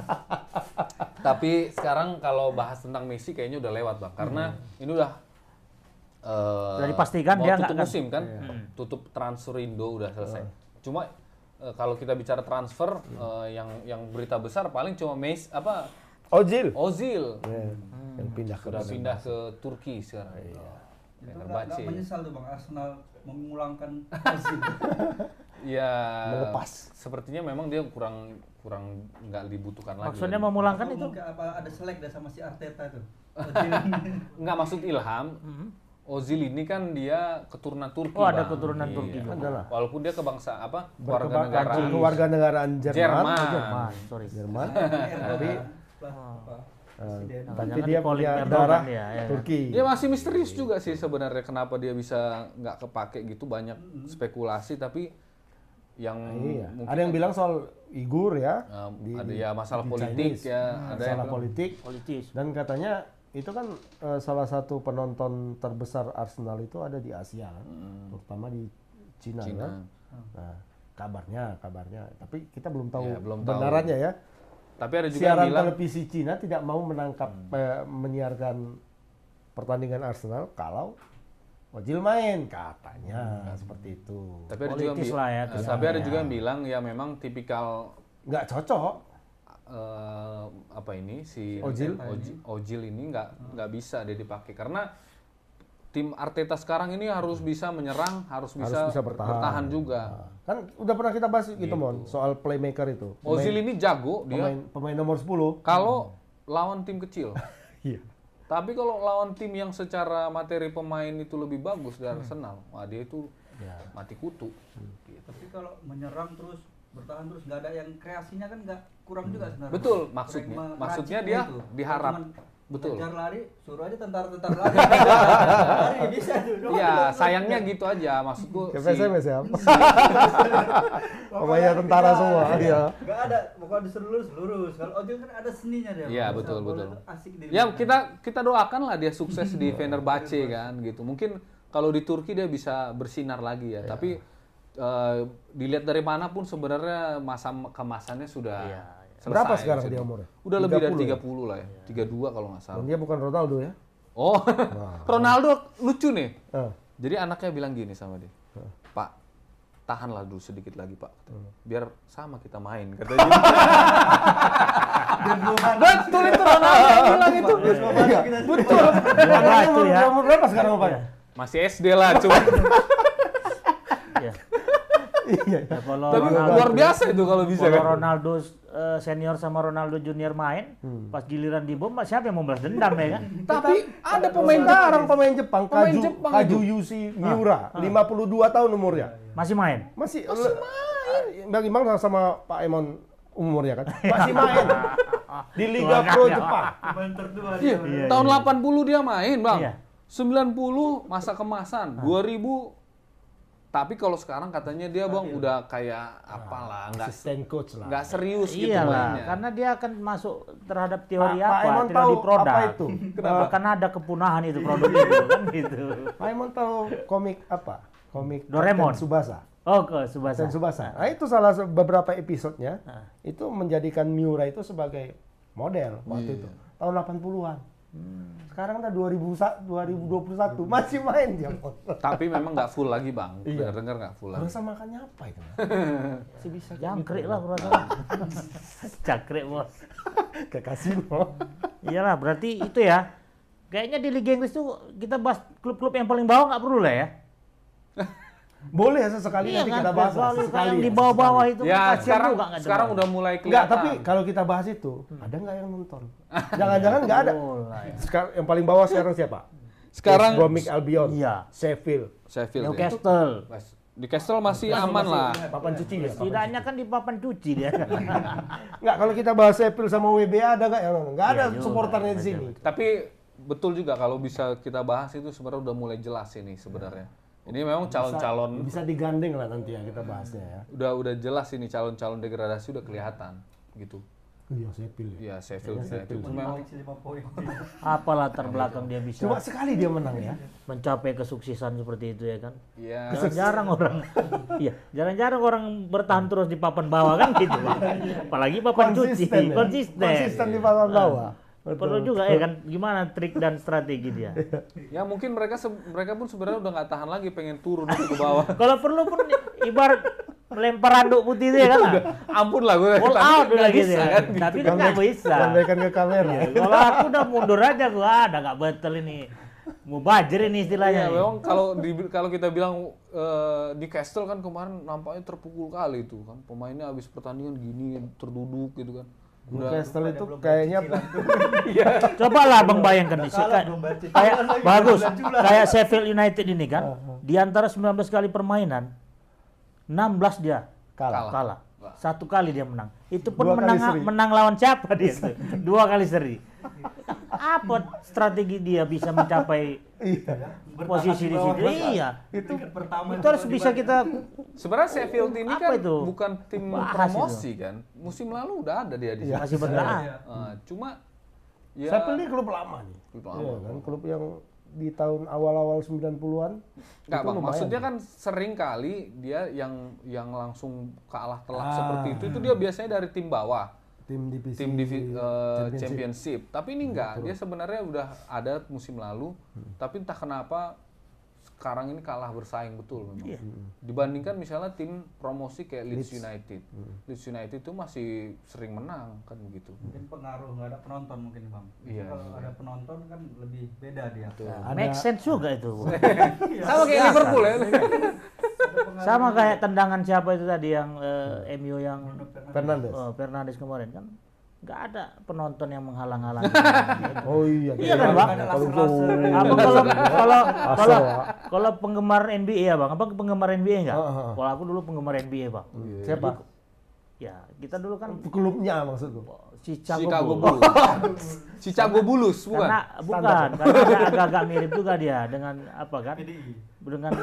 Tapi sekarang kalau bahas tentang Messi kayaknya udah lewat bang, karena ini udah eh, Udah dipastikan mau dia tutup nggak akan- musim kan, tutup transfer Indo udah selesai. Cuma eh, kalau kita bicara transfer eh, yang yang berita besar paling cuma Messi apa Ozil. Ozil Ya, yang pindah ke sudah pindah ke Turki sekarang. Itu nggak Fenerbahce. nggak menyesal tuh bang Arsenal memulangkan Ozil. Ya Melepas. sepertinya memang dia kurang kurang nggak dibutuhkan lagi. Maksudnya lagi. memulangkan Atau itu? mungkin apa ada selek dah sama si Arteta tuh. Nggak maksud Ilham. Ozil ini kan dia keturunan Turki. Oh, ada Bang. keturunan Iya. Turki juga. Adalah. Walaupun dia kebangsa apa? Berkeba- Warganegaraan kewarganegaraan Jerman. Jerman. Oh, Jerman, sorry. Jerman. Tapi Eh, presiden. tapi Jangan dia di-calling punya Erdogan darah dia, ya. Turki. Dia masih misterius juga sih sebenarnya kenapa dia bisa nggak kepake gitu, banyak spekulasi tapi yang Iya. mungkin Ada yang bilang soal Igur ya. eh, di- ada ya masalah di politik Chinese. ya, ada yang Masalah bilang- politik. Politis. Dan katanya itu kan eh, salah satu penonton terbesar Arsenal itu ada di Asia kan, terutama di Cina, Cina. kan. Nah, kabarnya, kabarnya. Tapi kita belum tahu Ya, belum tahu. benarannya ya. Tapi ada juga Siaran yang bilang televisi Cina tidak mau menangkap eh, menyiarkan pertandingan Arsenal kalau Ozil main, katanya seperti itu. tapi ada juga yang Politis bi- lah ya, eh, kesannya. tapi ada juga yang bilang ya memang tipikal Nggak cocok. eh, apa ini si Ozil? Ozil, Ozil ini nggak nggak bisa dia dipakai karena tim Arteta sekarang ini harus bisa menyerang, harus bisa, Harus bisa bertahan. juga. Nah, kan udah pernah kita bahas gitu Mon, soal playmaker itu. Ozil ini jago dia Pemain, pemain nomor sepuluh. kalau lawan tim kecil. Iya. Tapi kalau lawan tim yang secara materi pemain itu lebih bagus dari Arsenal, wah dia itu mati kutu. Gitu. Tapi kalau menyerang terus bertahan terus nggak ada yang kreasinya kan nggak kurang juga sebenarnya. Betul, Kurang maksudnya. me- Maksudnya meraciknya dia itu. diharap. Cuman Betul. Ngejar lari, suruh aja tentara-tentara lari. Lari bisa tuh. Iya, sayangnya gitu aja maksudku. Kayak si- P S M S ya. Pemainnya tentara semua. Iya. Nggak ada, pokoknya disuruh lurus lurus. Kalau Ozil kan ada seninya dia. Iya, Bang. betul, Bola betul. itu Asik dilihat. Ya kita kita doakan lah dia sukses di Fenerbahce kan gitu. Mungkin kalau di Turki dia bisa bersinar lagi ya. Tapi eh, dilihat dari manapun sebenarnya masa kemasannya sudah selesai. Berapa sekarang bisa dia di- umurnya? Udah lebih dari tiga tiga puluh puluh lah ya. tiga puluh dua kalau nggak salah. Dan dia bukan Ronaldo ya. Oh, Ronaldo lucu nih. Eh, Jadi anaknya bilang gini sama dia, Pak, tahanlah dulu sedikit lagi Pak, biar sama kita main katanya. Betul itu Ronaldo yang bilang itu. Betul. Dua itu ya. Umur berapa sekarang Pak? Masih S D lah, cuma Iya. Iya. Ya, kalau tapi Ronaldo, luar biasa itu kalau bisa kalau kan. Ronaldo eh, senior sama Ronaldo junior main, pas giliran di bom, siapa yang mau balas dendam ya kan? Tapi ada pemain Sekarang pemain Jepang, Pemain Kaju, Jepang Kaju itu. Yushi Miura, lima puluh dua tahun umurnya. Masih main. Masih Masih main. Bagaimana sama Pak Emon umurnya kan? Masih main. Di Liga Tua Pro kan, ya. Jepang. Pemain tertua Iya, dia. tahun delapan puluh dia main, Bang. Iya. sembilan puluh masa kemasan, dua ribu. Tapi kalau sekarang katanya dia Bang udah kayak apalah, nggak Asisten coach lah. nggak serius gitu Iyalah, mainnya. karena dia akan masuk terhadap teori Pak- Pak apa? Emon teori tahu produk. apa itu? Kenapa? Karena ada kepunahan itu produk itu kan gitu. Pak Emon tahu komik apa? Komik Doraemon. Kapten Tsubasa. Oh, ke Subasa. Kapten Tsubasa. Nah, itu salah se- beberapa episodenya Ah. itu menjadikan Miura itu sebagai model waktu Iya. itu. Tahun delapan puluhan. Sekarang udah dua ribu dua puluh satu masih main dia. Tapi memang nggak full lagi Bang. Iya. Dengar-dengar nggak full lagi. Rasa makannya apa itu? Masih bisa kayak Jangkrik gitu. lah perasaan. Jangkrik bos. Kayak kasino. Iyalah, berarti itu ya. Kayaknya di Liga Inggris tuh kita bahas klub-klub yang paling bawah nggak perlu lah ya. Boleh sesekali Iya nanti kan, kita bahas. lah, kecuali sesekali yang ya, di bawah-bawah itu Ya, kan kasihan sekarang juga nggak sekarang dengar. udah mulai Enggak, kelihatan. tapi kalau kita bahas itu, ada nggak yang nonton? Jangan-jangan nggak ada. Oh, lah ya. Sekarang yang paling bawah sekarang siapa? Sekarang- West Bromwich Albion, Iya. Sheffield, Sheffield. ya. Newcastle. Di Castle masih aman lah. papan cuci ya. papan Setidaknya kan di papan cuci dia. Nggak, kalau kita bahas Sheffield sama W B A ada nggak yang nonton? Nggak ada Iya juga, supporternya di betul, sini. Tapi betul juga kalau bisa kita bahas itu sebenarnya udah mulai jelas ini sebenarnya. Ini memang calon-calon Bisa digandeng lah nanti ya kita bahasnya ya. udah udah jelas ini calon-calon degradasi udah kelihatan gitu. Iya, Sheffield. Ya Sheffield Iya, United Sheffield. itu memang lima poin. Apa latar belakang dia bisa Cuma sekali dia menang ya. mencapai kesuksesan seperti itu ya kan? ya Jarang-jarang orang, iya, jarang-jarang orang bertahan terus di papan bawah kan gitu, Bang. Apalagi papan cuci, Konsisten ya? konsisten. Konsisten di papan bawah. Perlu juga ya kan, gimana trik dan strategi dia. ya mungkin mereka se- mereka pun sebenarnya udah nggak tahan lagi pengen turun itu ke bawah. Kalau perlu pun ibarat melempar handuk putih itu ya kan? Ampun lah gue. All tapi out nggak udah gitu bisa ya. kan. Tapi kan nggak bisa. Lambaikan ke kamera. Kalau aku udah mundur aja gua, ada nggak betul ini. Mau bajir ini istilahnya. Ya nih. memang kalau di, kalau kita bilang eh, di Castle kan kemarin nampaknya terpukul kali itu kan, pemainnya habis pertandingan gini terduduk gitu kan. Newcastle itu kayaknya Coba lah Bang bayangkan nih, kayak, kayak bagus, kayak Sheffield United ini kan, di antara sembilan belas kali permainan, enam belas dia kalah. kalah. Satu kali dia menang. Itu pun Dua kali menang seri. menang lawan siapa dia tuh? Dua kali seri. Apa strategi dia bisa mencapai Iya. posisi di situ? Iya. Itu pertama Itu harus bisa kita Sebenarnya Sheffield ini Apa kan itu? bukan tim Bahas promosi kan. Musim lalu udah ada dia di Iya. sana. masih bertahan. Eh, cuma ya Sheffield ini klub lama nih. Klub lama. Iya kan, klub yang di tahun awal-awal sembilan puluhan. Nggak, itu Bang, lumayan. maksudnya kan sering kali dia yang yang langsung kalah telak Ah. seperti itu itu dia biasanya dari tim bawah, tim divisi tim divi, eh, championship. championship. Tapi ini enggak, dia sebenarnya udah ada musim lalu, Hmm. tapi entah kenapa sekarang ini kalah bersaing betul memang. Iya. Dibandingkan misalnya tim promosi kayak Leeds, Leeds. United. Hmm. Leeds United itu masih sering menang kan begitu. mungkin pengaruh nggak ada penonton mungkin bang. Iya, Kalau iya. ada penonton kan lebih beda dia. Ada- Make sense juga itu. Sama kayak Liverpool ya. Sama kayak tendangan siapa itu tadi yang eh, M U yang Fernandes. oh, Fernandes kemarin kan nggak ada penonton yang menghalang-halangi. Oh iya. Iya kan, Bang? Ada Kalau laser-laser. Apa kalau kalau kalau Asal, Pak. kalau penggemar N B A ya Bang? Apa penggemar N B A enggak? Ah, ah, ah. Kalau aku dulu penggemar N B A Bang. Siapa? Ya kita dulu kan Klubnya maksudku. Chicago, Chicago Bulls. Bulls. Chicago Bulls bukan? Karena bukan, karena ada agak-agak mirip juga dia dengan apa kan? P D I. Dengan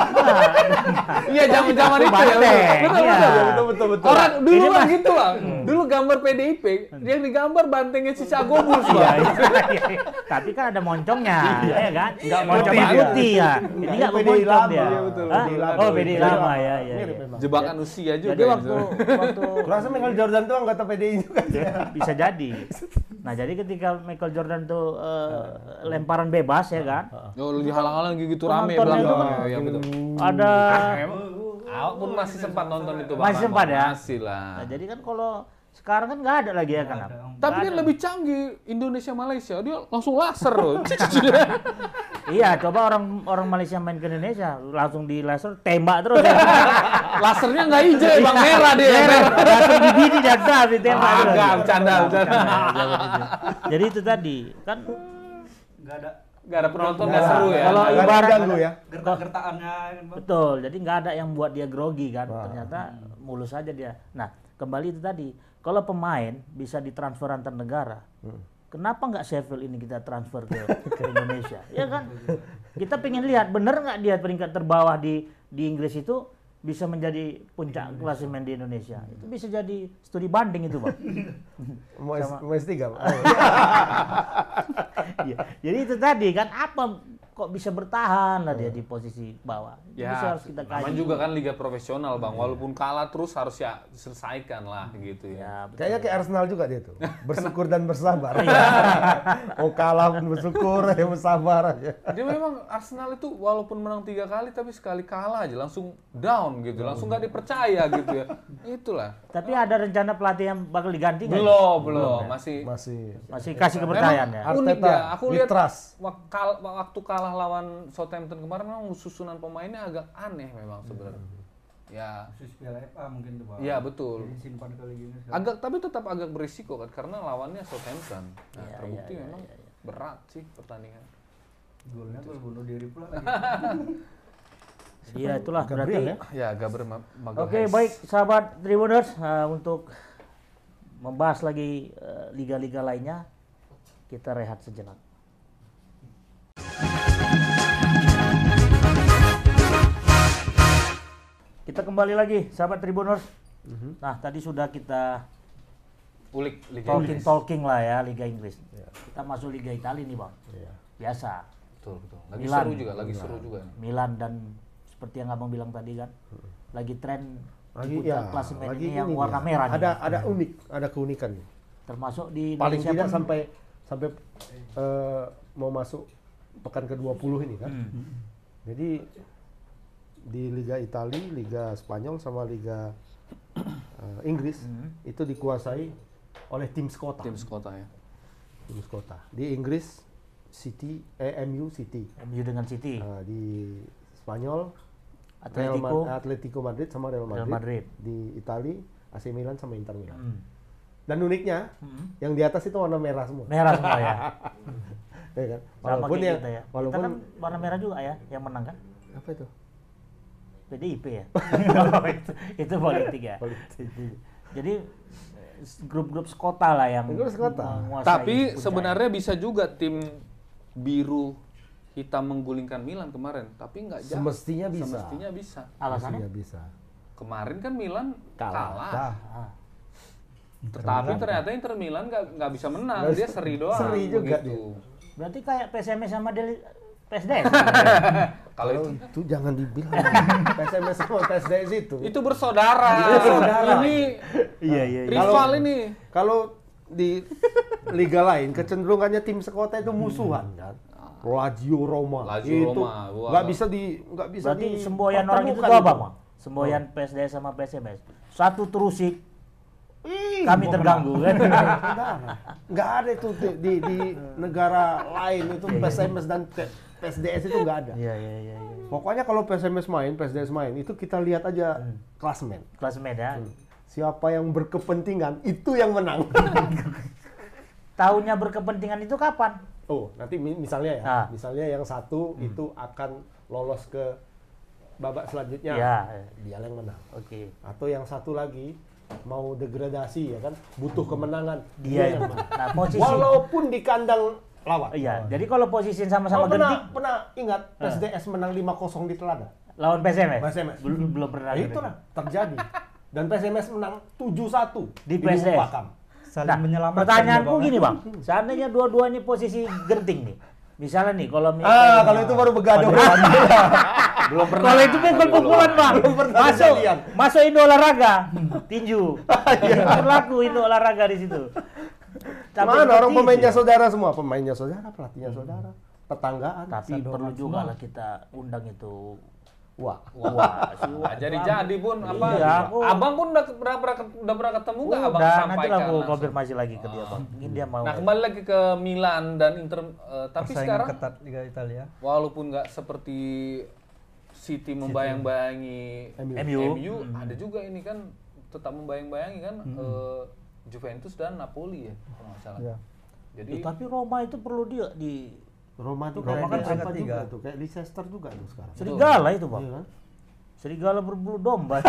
Iya, zaman-zaman itu ya. Banteng, Betul, iya. betul, betul, betul, betul. Orang dulu Ini kan mah- gitu lah. Dulu gambar P D I P, yang digambar bantengnya Chicago Bulls, Iya, Bang. iya. Tapi kan ada moncongnya, ya kan? Nggak moncong putih putih ya. Ini nggak P D I memoncong lama. dia. Iya, betul, Hah? P D I lama. Oh, P D I lama ya, ya. Mirip ya. memang. Jebakan usia juga. Jadi ini waktu sebenarnya. waktu Kurasa Michael Jordan tuh anggota P D I juga. bisa jadi. Nah, jadi ketika Michael Jordan tuh eh, lemparan bebas ya kan? Oh, lu dihalang-halang gitu rame Penontonnya bilang. tuh- Ya, ya, betul. Ada Awak pun masih sempat nonton itu, Bang. masih sempat ya. Masih lah. Nah, jadi kan kalau sekarang kan nggak ada lagi ya kan? Tapi kan lebih canggih Indonesia Malaysia, dia langsung laser loh. Iya, coba orang orang Malaysia main ke Indonesia langsung di laser tembak terus ya. Lasernya nggak hijau, ya, Bang, merah dia. Merah, langsung di bini dan dah di tembak Ah, terus. enggak, bercanda, bercanda. Jadi itu tadi kan Nggak ada Nggak ada penonton, Nggak nggak ada. seru ya. Kalau Nggak ibarat- diganggu ya. gertak-gertakannya kan bang. betul. Jadi nggak ada yang buat dia grogi kan. Wah. Ternyata mulus aja dia. Nah, kembali itu tadi. Kalau pemain bisa ditransfer antar negara, kenapa nggak Sheffield ini kita transfer ke, ke Indonesia? Ya kan? Kita pengen lihat bener nggak dia peringkat terbawah di di Inggris itu bisa menjadi puncak klasemen di Indonesia. Itu bisa jadi studi banding itu, Bang. Mau S, Sama- mau S tiga, Pak. Iya. Jadi itu tadi kan apa kok bisa bertahan lah dia di posisi bawah. Itu bisa Ya, harus kita namanya kaji. juga kan liga profesional, Bang. Walaupun kalah terus harus ya selesaikan lah gitu ya. Ya, betul. Kayaknya kayak Arsenal juga dia tuh. Bersyukur dan bersabar. Mau kalah pun bersyukur, ya bersabar aja. Dia memang Arsenal itu walaupun menang tiga kali tapi sekali kalah aja langsung down gitu, langsung nggak dipercaya gitu ya. Itulah. Tapi ada rencana pelatih yang bakal diganti nggak? Belum, belum, masih Masih Masih kasih kepercayaan ya. Memang unik Arteta, ya. Aku with lihat trust. wak- kal- waktu kalah lawan Southampton kemarin memang susunan pemainnya agak aneh memang sebenarnya. Ya, Khusus Piala F A mungkin tuh bang. iya betul. Jadi simpan kali gini. Agak tapi tetap agak berisiko kan karena lawannya Southampton. Nah, Iya, terbukti iya, iya, memang iya, iya. berat sih pertandingan. Golnya gol bunuh diri pula lagi. Iya itulah berarti. Gabriel ya? Ya, Gabriel Ma- Magalhaes. Oke baik sahabat Tribuners eh, untuk membahas lagi eh, liga-liga lainnya kita rehat sejenak. Kita kembali lagi sahabat Tribuners. Nah tadi sudah kita Ulik Liga talking Inggris. talking lah ya Liga Inggris. Kita masuk Liga Italia nih bang. Iya. Biasa. Betul, betul. Lagi Milan. seru juga, lagi seru juga. Milan dan seperti yang abang bilang tadi kan, lagi tren Lagi di puncak ya, klasemen lagi ini yang ini warna dia. merah nih. Ada ada unik, ada keunikan nih. Termasuk di Paling Indonesia tidak pun- sampai sampai eh, mau masuk pekan ke dua puluh ini kan. Hmm. Jadi di Liga Italia, Liga Spanyol sama Liga eh, Inggris Hmm. itu dikuasai oleh tim sekota. Tim sekota ya. Tim sekota. Di Inggris City, eh, M U City. M U dengan City, Eh, di Spanyol Real Atletico, Ma- Atletico Madrid sama Real Madrid. Real Madrid. Di Italia A C Milan sama Inter Milan. Hmm. Dan uniknya Hmm. yang di atas itu warna merah semua. merah semua ya. Ya kan? Sama Walaupun kayak yang kita ya. walaupun Kita kan warna merah juga ya, yang menang kan? apa itu? P D I P ya. Oh, itu, itu politik ya. Politik. Jadi eh, grup-grup sekota lah yang Grup sekota. menguasai Tapi puncak. sebenarnya bisa juga tim biru hitam menggulingkan Milan kemarin, tapi nggak jauh. Semestinya bisa. Semestinya bisa. alasannya Mestinya bisa. Kemarin kan Milan Kalah. kalah. Nah, ah, Tetapi ternyata Inter Milan nggak nggak bisa menang, dia seri doang. Seri juga begitu. berarti kayak P S M S sama Deli P S D S. Kalau Kalau itu itu jangan dibilang. P S M S sama P S D S itu. itu bersaudara. Bersaudara. Ini Iya iya. rival Kalau- ini. Kalau di liga lain kecenderungannya tim sekota itu musuhan kan. Lazio Roma. Lazio itu Roma, wah. nggak bisa di nggak bisa Berarti di semboyan orang itu tuh pertemukan apa, Bang? Semboyan P S D S sama P S M S. Satu terusik, Ih, kami mau terganggu kan. Saudara, nggak ada itu di, di, di negara lain itu P S M S dan P S D S itu nggak ada. Iya iya iya iya. Pokoknya kalau P S M S main, P S D S main itu kita lihat aja klasmen. Klasemen ya. Siapa yang berkepentingan itu yang menang. Tahunnya berkepentingan itu kapan? Oh, nanti mi- misalnya ya, Ah. misalnya yang satu itu akan lolos ke babak selanjutnya, Iya. dia yang menang. Oke. Atau yang satu lagi mau degradasi ya kan, butuh kemenangan, Dia yang yang menang. Nah, posisi Walaupun di kandang lawan. Iya, jadi kalau posisi sama-sama Kamu pernah, genting pernah ingat P S D S menang lima kosong di Telada? lawan P S M S. P S M S. Belum belum pernah. Nah, itulah terjadi. Dan P S M S menang tujuh satu Di P S D S. Bupakam. saling Nah, menyelamatkan. pertanyaanku ya, Bang. gini, Bang. Seandainya dua-duanya posisi genting nih. Misalnya nih kalau Ah, kalau itu baru begadang. Belum pernah. Kalau itu pukul-pukulan, Bang. Masuk, kejadian. masuk Indo olahraga, tinju. Itu berlaku Indo olahraga di situ. Sampai Mana orang seperti pemainnya itu. saudara semua, pemainnya saudara, pelatihnya saudara, tetanggaan. Tapi Sador perlu juga semua. lah kita undang itu. Wah, Wah, si Nah, Wak jadi-jadi pun apa? Iya, aku- Abang pun udah pernah pernah udah pernah ketemu nggak abang Udah, nanti sampaikan lah aku langsung? konfirmasi lagi ke dia, Bang. Mungkin dia mau. Nah kembali lagi ke Milan dan Inter, eh, tapi Persaingan sekarang ketat Liga Italia. walaupun nggak seperti City membayang-bayangi M U. M U. M U, ada juga ini kan tetap membayang-bayangi kan eh, Juventus dan Napoli ya kalau nggak salah. Iya. Jadi Eh, tapi Roma itu perlu dia di Roma tuh Roma kayak kan apa peringkat juga tiga. tuh, kayak Leicester juga tuh sekarang. serigala itu, Bang. Iya kan? Serigala berbulu domba.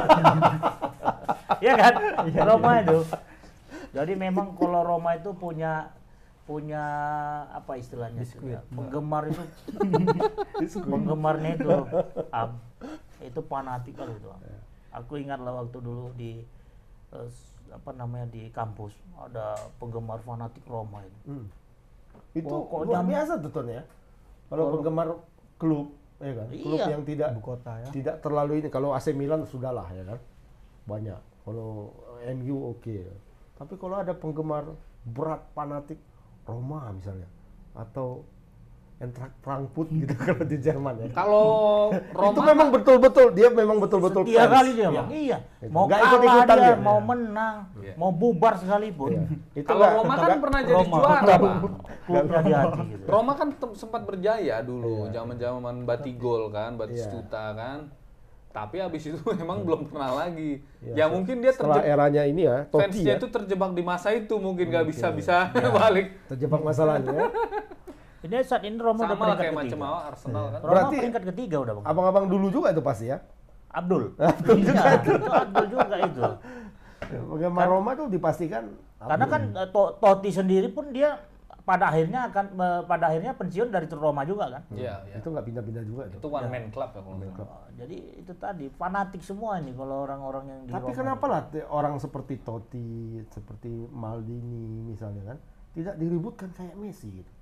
Iya kan? Roma itu. Jadi memang kalau Roma itu punya punya apa istilahnya? Biskuit. Ya, penggemar itu penggemarnya itu am, itu fanatik kali itu. Bang. Aku ingat lah waktu dulu di eh, s- apa namanya di kampus ada penggemar fanatik Roma itu. Hmm. Itu Pokoknya- luar biasa tuh Ton ya. Kalau Kalau- penggemar klub, ya kan? Klub Iya. yang tidak Ibu kota ya. tidak terlalu ini. Kalau A C Milan sudahlah ya kan, banyak. Kalau M U oke. Tapi kalau ada penggemar berat fanatik Roma misalnya, atau Eintracht Frankfurt gitu kalau di Jerman ya. kalau Roma Itu memang betul-betul dia memang betul-betul Setia fans. kali dia, Iya. Bang. Iya. Itu. Mau Nggak kalah ikut-ikutan dia, dia. mau Iya. menang, Iya. mau bubar sekalipun. Iya. Itu kalau nggak- Roma kan nggak- pernah jadi Roma. juara, Bang. Klubnya di hati gitu. Roma kan tem- sempat berjaya dulu, Iya. zaman-zaman Batigol kan, Batistuta kan. Tapi habis itu memang belum pernah lagi. Iya, Ya se- mungkin dia setelah terjebak, eranya ini ya, Totti fansnya ya, itu terjebak di masa itu mungkin nggak Mungkin. bisa-bisa balik. terjebak masalahnya. ya. Ini saat ini Roma udah Sama lah peringkat kayak ketiga. macam awal Arsenal kan. Roma Berarti- peringkat ketiga udah, Bang. Abang-abang dulu juga itu pasti ya. Abdul. Abdul juga. Itu Abdul juga itu. Penggemar Roma tuh dipastikan. Karena kan eh, To- Totti sendiri pun dia pada akhirnya akan eh, pada akhirnya pensiun dari Roma juga kan. Iya, iya. Itu nggak pindah-pindah juga Itu tuh. one man club ya kalau nggak salah. Oh, jadi itu tadi fanatik semua ini kalau orang-orang yang di Tapi Roma. kenapa lah te- orang seperti Totti, seperti Maldini misalnya kan, tidak diributkan kayak Messi gitu.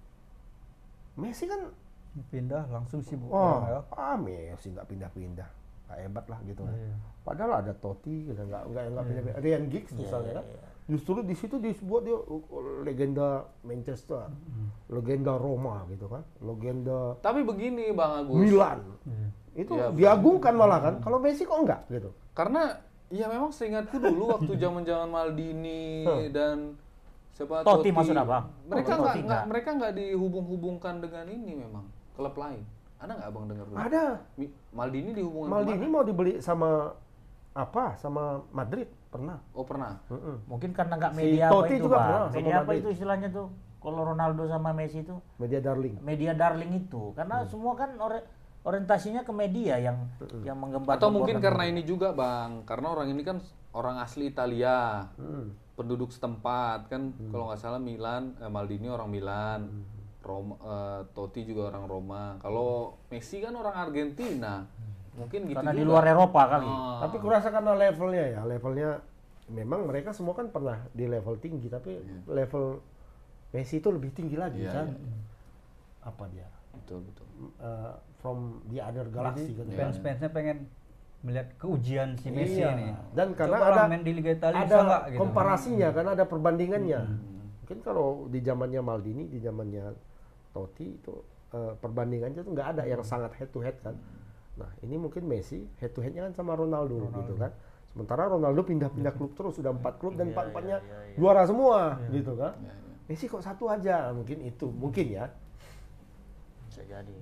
Messi kan, Pindah langsung sibuk oh, orang ya. ah Messi nggak pindah-pindah, nggak hebat lah gitu kan. Iya. Padahal ada Totti, gitu, nggak nggak nggak pindah-pindah. Ryan Giggs misalnya kan, iya. justru di situ disebut dia uh, uh, legenda Manchester, legenda Roma gitu kan, legenda Tapi begini Bang Agus. Milan. Iya. Itu Iya, diagungkan malah kan. Kalau Messi kok enggak gitu. Karena ya memang seingatku dulu waktu zaman-zaman Maldini dan siapa Totti maksud apa? Mereka Oh, nggak Totti nggak nggak. mereka nggak dihubung-hubungkan dengan ini memang klub lain. Ada nggak abang dengar dulu? Ada. Mi- Maldini dihubungkan Maldini kemana? mau dibeli sama apa? Sama Madrid pernah. Oh pernah. Mm-mm. Mungkin karena nggak Si media apa Totti itu, juga Bang. pernah sama Media apa Madrid. itu istilahnya tuh? Kalau Ronaldo sama Messi itu Media darling. media darling itu. Karena semua kan ori- orientasinya ke media yang yang menggembar. Atau mungkin karena ini juga Bang, karena orang ini kan orang asli Italia, Mm. penduduk setempat kan. Kalau nggak salah Milan, eh, Maldini orang Milan, Roma, eh, Totti juga orang Roma. Kalau Messi kan orang Argentina, mungkin gitu karena juga. di luar Eropa kali. Ah. Tapi kurasa karena levelnya ya, levelnya memang mereka semua kan pernah di level tinggi, tapi level Messi itu lebih tinggi lagi Iya, kan. iya, Apa dia? Betul betul. Uh, from the other galaxy Jadi gitu. fans-fansnya pengen melihat keujian si Messi Iya. nih. Dan karena Coba ada lah main di Liga Italia ada bisa nggak gitu. komparasinya kan, ada perbandingannya. Mungkin kalau di zamannya Maldini, di zamannya Totti itu eh, perbandingannya tuh nggak ada yang sangat head to head kan. Nah ini mungkin Messi head to headnya kan sama Ronaldo, gitu kan. Sementara Ronaldo pindah-pindah klub terus, sudah empat klub dan empat empatnya juara semua gitu kan. Iya, iya. Messi kok satu aja, mungkin itu mungkin ya. Bisa jadi.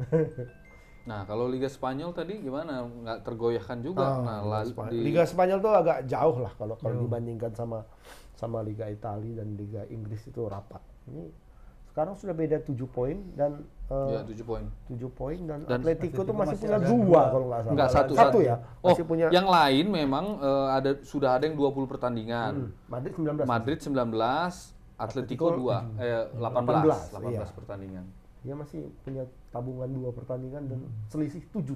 Nah kalau Liga Spanyol tadi gimana? Nggak tergoyahkan juga. Ah, nah, Liga, la- Spanyol. di- Liga Spanyol tuh agak jauh lah kalau kalau dibandingkan sama sama Liga Italia dan Liga Inggris itu rapat. Ini sekarang sudah beda tujuh poin dan eh, ya tujuh poin. tujuh poin dan, Dan Atletico tuh Atletico masih masih punya ada dua dua. kalau nggak salah. Enggak satu, satu ya. Oh, Masih punya yang lain memang eh, ada sudah ada yang dua puluh pertandingan. Hmm, Madrid sembilan belas. Madrid sembilan belas, Atletico Atletico, dua, eh delapan belas, delapan belas, delapan belas iya. pertandingan. Dia masih punya tabungan dua pertandingan dan selisih tujuh.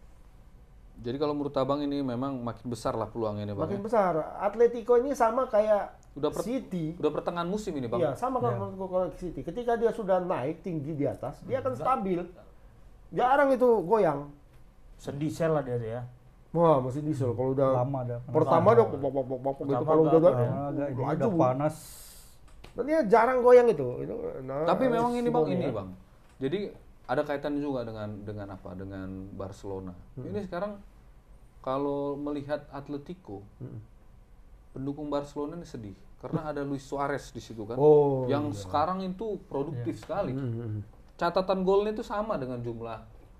Jadi kalau menurut Abang ini memang makin besar lah peluangnya ini Bang. Makin ya? besar. Atletico ini sama kayak Udah per- City. Udah pertengahan musim ini Bang. Iya, sama kalau kalau City. Ketika dia sudah naik tinggi di atas, dia akan stabil. Jarang itu goyang. Sendisel lah dia tuh ya. Wah, masih diesel kalau udah Lama dah. pertama dong pop pop pop pop pop gitu Pertama kalau udah agak- udah Karena agak ini laju. udah panas. Dan dia jarang goyang itu. Itu nah, Tapi memang ini Bang, Simone ini ya. Bang. Jadi ada kaitan juga dengan dengan apa? Dengan Barcelona. Hmm. Ini sekarang kalau melihat Atletico, Hmm. pendukung Barcelona ini sedih karena ada Luis Suarez di situ kan. Oh, yang sekarang itu produktif sekali. Hmm. Catatan golnya itu sama dengan jumlah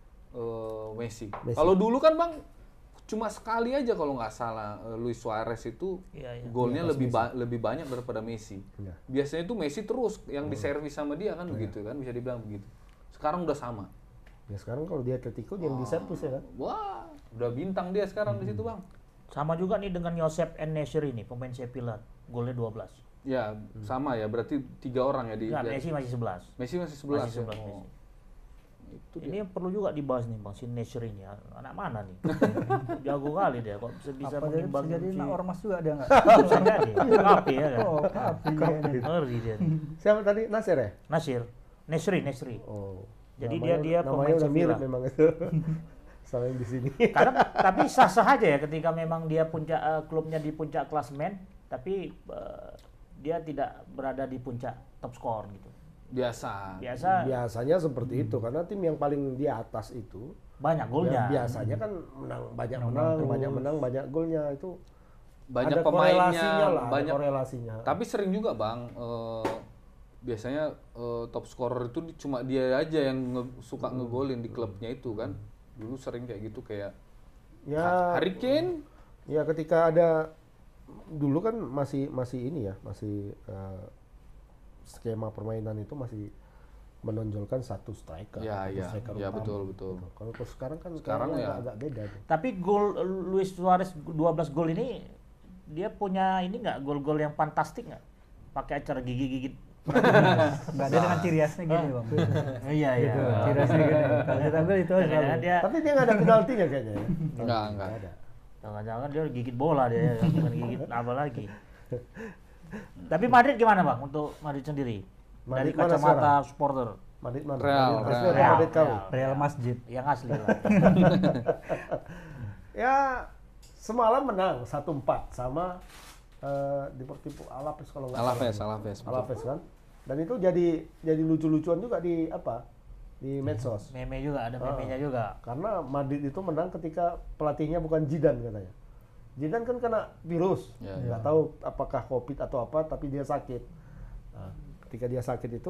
eh, Messi. Messi. Kalau dulu kan Bang cuma sekali aja kalau nggak salah eh, Luis Suarez itu Iya, iya. golnya lebih ba- lebih banyak daripada Messi. Iya. Biasanya itu Messi terus yang diservis sama dia kan begitu kan, bisa dibilang begitu. Sekarang udah sama. Ya sekarang kalau dia Atletico dia yang diservis ya kan. Wah, udah bintang dia sekarang di situ Bang. Sama juga nih dengan Josep En-Nesyri nih, pemain Sevilla. Golnya dua belas. Ya, sama ya. Berarti tiga orang ya di Enggak, di- Messi masih sebelas. Messi masih sebelas Masih ya. sebelas Oh. Messi. Itu dia. Ini perlu juga dibahas nih Bang, si Nesyri ini. Anak mana nih? Jago kali dia, kok bisa, bisa Apa jadi bisa mengimbangi jadi si... nak ormas juga dia nggak? Bisa jadi, kapi ya kan? Oh, kapi dia nih. Ngeri dia nih. Siapa tadi Nasir ya? Nasir, Nesri, Nesri. Oh. Jadi Namanya- dia- dia namanya pemain udah mirip Sevilla. memang itu. Sama yang di sini. Kadang tapi sah-sah aja ya ketika memang dia puncak eh, klubnya di puncak klasemen, tapi eh, dia tidak berada di puncak top skor gitu. Biasa. Biasa Biasanya seperti itu karena tim yang paling di atas itu banyak golnya. ya biasanya kan menang banyak menang, banyak menang, banyak golnya itu Banyak ada pemainnya, korelasinya lah, ada banyak korelasinya. Tapi sering juga Bang, eh, biasanya eh, top scorer itu di- cuma dia aja yang nge- suka ngegolin di klubnya itu kan. Dulu sering kayak gitu kayak Ya, Harry Kane. ya ketika ada dulu kan masih masih ini ya, masih eh, skema permainan itu masih menonjolkan satu striker. Ya, satu ya, striker ya, utama. betul, betul. Gitu. Kalau kalau sekarang kan Sekarang kayaknya ya. agak, agak beda tuh. Tapi gol eh, Luis Suarez dua belas gol ini dia punya ini nggak gol-gol yang fantastik nggak? Pakai acara gigi-gigit Enggak, dia dengan ciri khasnya gini, Bang. Iya iya. Gitu, ciri khasnya gini. Kalau kita ambil itu aja. Jangan dia Tapi dia nggak ada penaltinya kayaknya ya. Enggak, enggak. ada. jangan-jangan dia gigit bola dia ya, bukan gigit apa lagi. Tapi Madrid gimana Bang untuk Madrid sendiri? Dari Madrid mana kacamata sekarang? supporter. Madrid mana? Real, Madrid asli Real. atau Madrid kau? Real. Real Masjid. Yang asli lah. Ya semalam menang satu empat sama uh, Deportivo Alaves kalau nggak Alaves, salah. Alaves, betul. Alaves kan. Dan itu jadi jadi lucu-lucuan juga di apa? Di medsos. Meme juga ada Ah. memenya juga. Karena Madrid itu menang ketika pelatihnya bukan Zidane katanya. Zidane kan kena virus, Ya, nggak tahu apakah COVID atau apa, tapi dia sakit. Nah, ketika dia sakit itu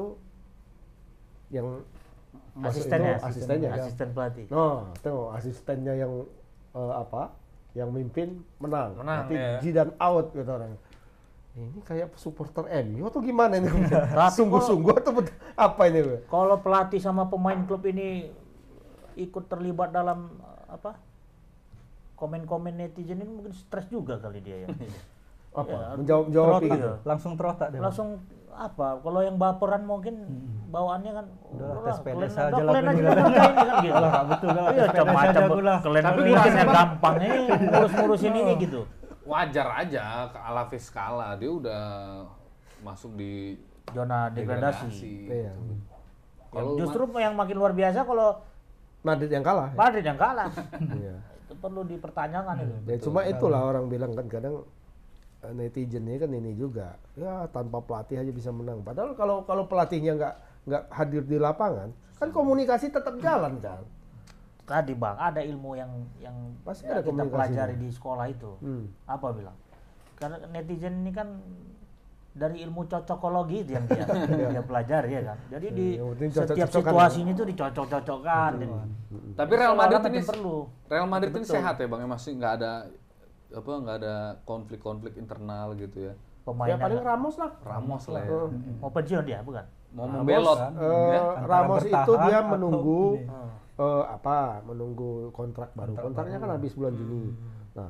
yang masuk Asistennya, itu asistennya. asisten pelatih. No, tengok asistennya yang eh, apa? Yang mimpin menang. Menang, Nanti ya. Zidane out gitu orang. Ini kayak supporter M U atau gimana ini? Tapi Sungguh-sungguh atau bet- apa ini? Bro? Kalau pelatih sama pemain klub ini ikut terlibat dalam apa? Komen-komen netizen ini mungkin stres juga kali dia ya. Apa? Ya, Menjawab-jawab Terotak, gitu. langsung terotak dia. Bang. Langsung apa? Kalau yang baperan mungkin bawaannya kan Udah, udahlah, tes sepeda kalian saja udah, lah kalian aku aja juga. ngerjain kan gitu. Lah, nggak betul lah, Iya, tes sepeda macam saja aku lah. kalian Tapi bikinnya gua- gampang nih, ngurus-ngurusin ini gitu. Wajar aja ke Alaves kalah, dia udah masuk di Zona degradasi. Iya. Yang justru yang makin luar biasa kalau Madrid yang kalah. ya? Madrid yang kalah. Iya. Itu perlu dipertanyakan itu. Ya cuma itulah orang bilang kan kadang eh, netizen ini kan ini juga ya tanpa pelatih aja bisa menang. Padahal kalau kalau pelatihnya nggak nggak hadir di lapangan kan komunikasi tetap jalan kan. Tadi Bang, ada ilmu yang yang Pasti ya, ada kita komunikasinya. pelajari di sekolah itu. Hmm. Apa bilang? Karena netizen ini kan dari ilmu cocokologi itu yang dia, dia pelajari ya kan. Jadi di yang penting setiap cocok-cocokan situasi ya. ini tuh dicocok-cocokkan. Dan Tapi Real Madrid makin ini perlu. Real Madrid ini Betul. sehat ya Bang, ya masih nggak ada apa nggak ada konflik-konflik internal gitu ya. Pemain Ya paling Ramos lah. Ramos lah ya. Eh, mau pensiun dia bukan? Mau membelot. kan. eh, ya. Antara Ramos itu bertahan dia atau menunggu ini. eh, apa? Menunggu kontrak baru. Kontraknya kan habis bulan Juni. Nah,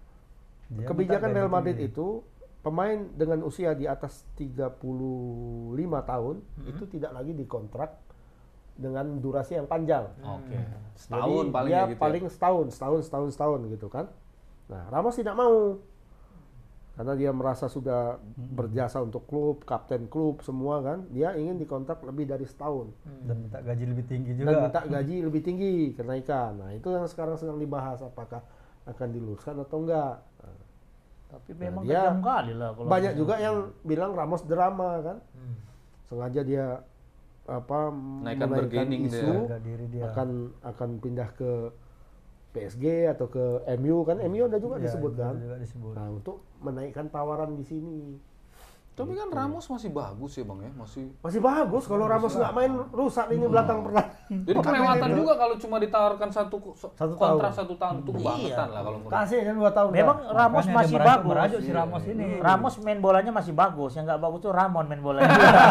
Dia kebijakan minta Real ganti Madrid ini. itu pemain dengan usia di atas tiga puluh lima tahun itu tidak lagi dikontrak dengan durasi yang panjang. Oke. Setahun Jadi paling dia ya gitu. paling setahun, setahun, setahun, setahun gitu kan. Nah, Ramos tidak mau karena dia merasa sudah berjasa untuk klub, kapten klub semua kan. Dia ingin dikontrak lebih dari setahun Dan minta gaji lebih tinggi dan juga. minta gaji lebih tinggi kenaikan. Nah, itu yang sekarang sedang dibahas apakah akan diluruskan atau enggak. Nah, Tapi memang dia kejam kali lah kalau banyak gitu. juga yang bilang Ramos drama kan. Hmm. Sengaja dia apa Naikkan menaikkan bargaining dia. isu Harga diri dia. akan akan pindah ke P S G atau ke M U kan. M U ada juga Ya, disebut itu kan. juga disebut. Nah, untuk menaikkan tawaran di sini. Tapi kan Ramos masih bagus ya Bang ya, masih. Masih bagus kalau Ramos nggak main rusak ini belakang pernah. Jadi kelewatan juga kalau cuma ditawarkan satu, Satu kontrak tahun. satu tahun itu kebangetan lah kalau menurut. Kasih kan dua tahun. Memang dah. Ramos Makanya masih dia merajuk- bagus. merajuk si Ramos ini. Ramos main bolanya masih bagus. Yang nggak bagus tuh Ramon main bolanya.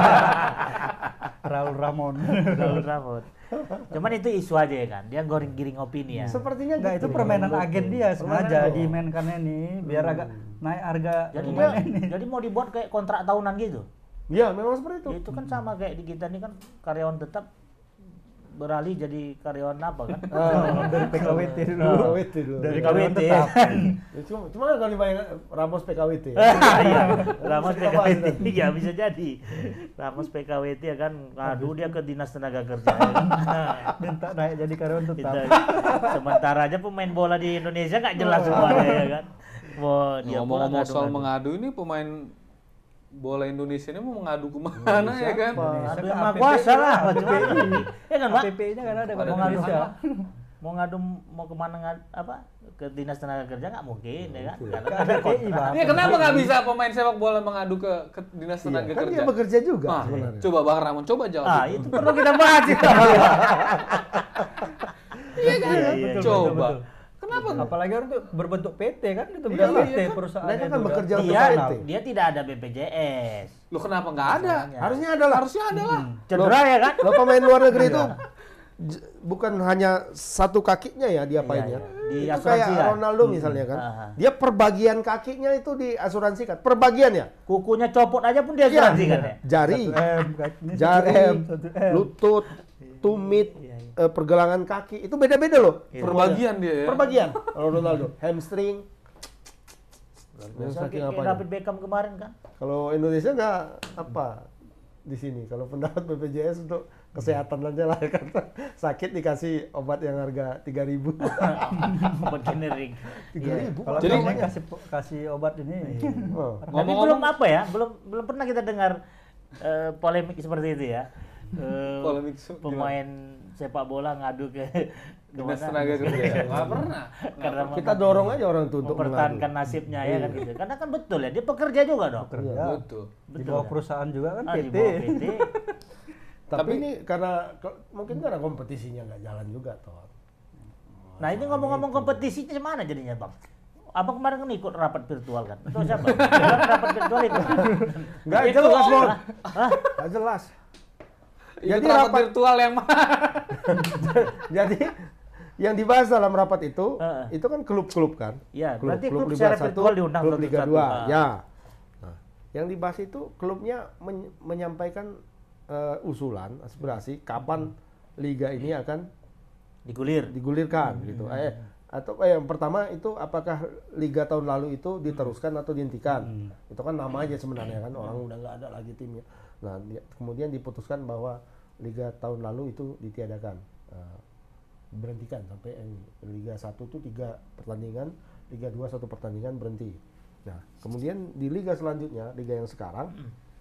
Raul Ramon. Raul Ramon. Cuman itu isu aja ya kan. Dia goreng-giring opini ya. Sepertinya Enggak, gitu. itu permainan agen dia sengaja Permainan. dimainkan ini biar agak naik harga Jadi pemain dia, ini. jadi mau dibuat kayak kontrak tahunan gitu. Ya, memang seperti itu. Ya, itu kan sama kayak di kita ini kan karyawan tetap beralih jadi karyawan apa kan? Ah, Dari P K W T dulu. P K W T dulu. Dari P K W T. karyawan tetap. Ya, cuma cuma kalau dibayangkan Ramos P K W T. Iya, Ramos P K W T. Iya bisa jadi. Ramos P K W T ya kan ngadu dia ke Dinas Tenaga Kerja. Ya kan? Minta naik jadi karyawan tetap. Kita, sementara aja pemain bola di Indonesia nggak jelas semuanya ya kan. Wah, dia pula Ngomong-ngomong soal ngadu-ngadu. mengadu ini pemain bola Indonesia ini mau mengadu kemana ya kan? Ngadu Ke yang A maha P P kuasa I lah, lah, macam mana? Ya kan, Pak? A P P I-nya kan ada Mau kalau ngadu Indonesia. apa? Mau ngadu mau kemana ngad- apa? Ke Dinas Tenaga Kerja nggak mungkin ya kan? Karena Ke ada A P P I, kontrak. Bang. Iya, kenapa nggak bisa pemain sepak bola mengadu ke, ke dinas Iya, tenaga kan kerja? dia bekerja juga Ah, sebenarnya. coba Bang Ramon, coba jawab. Ah, itu. itu perlu kita bahas itu. Iya kan? Iya, iya, coba. betul, betul. Kenapa? Apalagi orang tuh berbentuk P T kan itu Iya, bukan P T iya kan. perusahaan. Mereka kan bekerja untuk Dia P T. dia tidak ada B P J S. Loh kenapa nggak ada? Masalahnya. Harusnya ada lah. Harusnya ada lah. Cedera ya kan? Lo pemain luar negeri itu j- bukan hanya satu kakinya ya diapainnya. Iya, iya. Di Itu asuransi kayak kan? Ronaldo misalnya kan. Aha. Dia perbagian kakinya itu diasuransikan. Perbagian ya. Kukunya copot aja pun dia Iya. asuransi kan ya. Jari, satu M, kakinya jari, satu M, satu M. lutut, tumit, Iya, iya. eh, pergelangan kaki itu beda-beda loh. Iya. Perbagian dia ya. Perbagian. Kalau Ronaldo, hamstring. Biasa Saking kayak apanya. David Beckham kemarin kan. Kalau Indonesia nggak apa di sini. Kalau pendapat B P J S untuk kesehatan aja lah kan. Sakit dikasih obat yang harga tiga ribu. Obat generik. Tiga Iya. ribu. Kalau Jadi- jadi kasih kasih obat ini. Oh. Tapi Ngomong-ngomong- belum apa ya, belum belum pernah kita dengar eh, polemik seperti itu ya. Eh, Polemik se- pemain sepak bola ngadu ke Dinas kemana? tenaga kerja. Nggak pernah. Karena Kita dorong aja orang itu untuk mempertahankan mengadu. nasibnya ya kan gitu. Karena kan betul ya, dia pekerja juga dong. Kerja. Betul. Di Betul, bawah ya? perusahaan juga kan Ah, P di T. bawah P T. Tapi, Tapi- ini karena ke- mungkin karena kompetisinya nggak jalan juga toh. Nah ini ngomong-ngomong kompetisinya mana jadinya bang? Abang kemarin kan ikut rapat virtual kan? Itu siapa? Bilang rapat virtual itu. Nggak Itu jelas loh. Hah? Hah? Nggak jelas. Jadi Jadi rapat rapat- virtual yang mana? Jadi yang dibahas dalam rapat itu, Heeh. itu kan klub-klub kan? Ya, berarti klub Liga secara satu, virtual diundang klub satu-satu. Liga dua, Ah. ya. Nah, yang dibahas itu klubnya men- menyampaikan eh, usulan, aspirasi kapan liga ini akan Digulir. digulirkan gitu. Eh, atau eh, yang pertama itu apakah liga tahun lalu itu diteruskan atau dihentikan? Itu kan nama aja sebenarnya kan, orang udah nggak ada lagi timnya. Nah, di- kemudian diputuskan bahwa liga tahun lalu itu ditiadakan. Eh, berhentikan sampai ini. Liga satu tuh tiga pertandingan, Liga dua satu pertandingan berhenti. Nah, kemudian di liga selanjutnya, liga yang sekarang,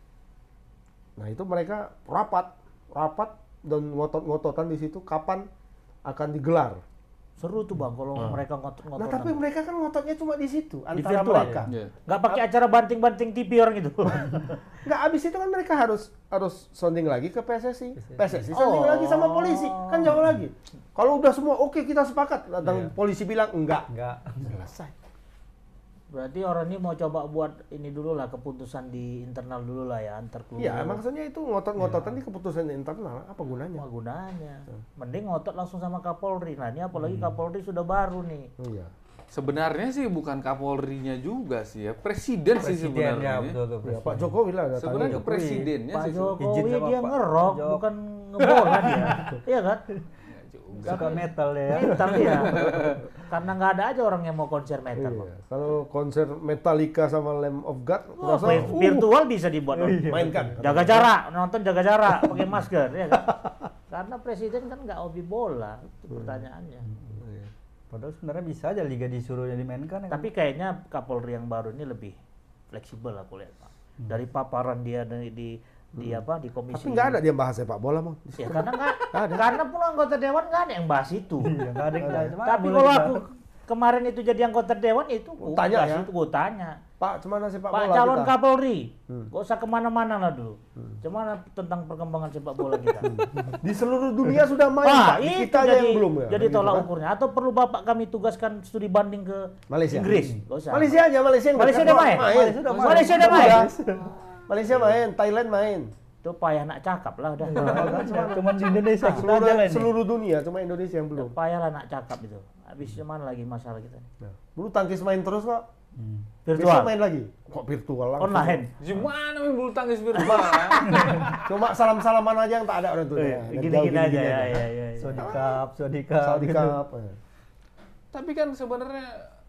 nah itu mereka rapat, rapat dan ngotot-ngototan di situ kapan akan digelar. Seru tuh bang kalau mereka ngotot-ngotot. Nah, tapi mereka kan ngototnya cuma di situ Di antara virtual mereka. Iya. Nggak pakai acara banting-banting T V orang itu. Nggak, abis itu kan mereka harus harus sounding lagi ke P S S I. P S S I sounding Oh. lagi sama polisi, kan jauh lagi. Kalau udah semua oke kita sepakat, datang polisi bilang enggak. Enggak. Selesai. Berarti orang ini mau coba buat ini dulu lah, keputusan di internal dulu lah ya, antar klub. Iya, maksudnya itu ngotot-ngototan di keputusan internal, apa gunanya? Apa gunanya? Mending ngotot langsung sama Kapolri. Nah ini apalagi Kapolri sudah baru nih. Iya. Sebenarnya sih bukan Kapolrinya juga sih ya, presiden, sih Presiden sebenarnya. ya betul tuh. Ya, Presiden. Pak Jokowi lah datangnya. Sebenarnya ke Jokowi. presidennya Pak sih. Jokowi Izin sama dia Pak ngerok, Jok. bukan ngebola dia. Iya kan? Suka metal ya. Metal ya. Karena nggak ada aja orang yang mau konser metal. Bang. Iya. Kalau konser Metallica sama Lamb of God, Oh, rasa, vir- uh, virtual bisa dibuat. Bang. mainkan. Jaga jarak, nonton jaga jarak, pakai masker, ya kan? Karena presiden kan nggak hobi bola, itu pertanyaannya. Padahal sebenarnya bisa aja liga disuruh yang dimainkan. Ya kan? Tapi kayaknya Kapolri yang baru ini lebih fleksibel aku lihat, Pak. Dari paparan dia di di, di apa di komisi. Tapi nggak ada dia bahas sepak bola, Mang. Ya karena nggak, Nggak ada. karena pun anggota dewan nggak ada yang bahas itu. Iya, nggak ada yang cuma Tapi boleh kalau kita- aku kemarin itu jadi anggota dewan itu gua Tanya bahas ya? itu gue tanya. Pak, cemana sepak Pak bola calon kita? Kapolri, Hmm. gak usah kemana-mana lah dulu. Cuma tentang perkembangan sepak bola kita. Di seluruh dunia sudah main, Wah, Pak. Di itu kita aja jadi, yang belum ya. jadi Gitu tolak kan? ukurnya. Atau perlu bapak kami tugaskan studi banding ke Malaysia. Inggris? Gak usah. Malaysia aja, Malaysia. nggak Malaysia kan udah main? main. Malaysia udah main. Malaysia udah main? Malaysia main, Thailand main. Itu payah nak cakap lah udah. Cuma di Indonesia kita Seluruh, aja lah ini. seluruh dunia, cuma Indonesia yang belum. Payah lah nak cakap itu. Habis mana lagi masalah kita? Nah, bulu tangkis main terus kok. Hmm. Besok Virtual, main lagi. Kok virtual langsung? online. Gimana main bulu tangkis virtual? Cuma salam-salaman aja yang tak ada orang tuh. Eh, Gini-gini aja ya, ya, ya. ya. Saudi Cup, Saudi Cup. Saudi gitu. Cup. eh. Tapi kan sebenarnya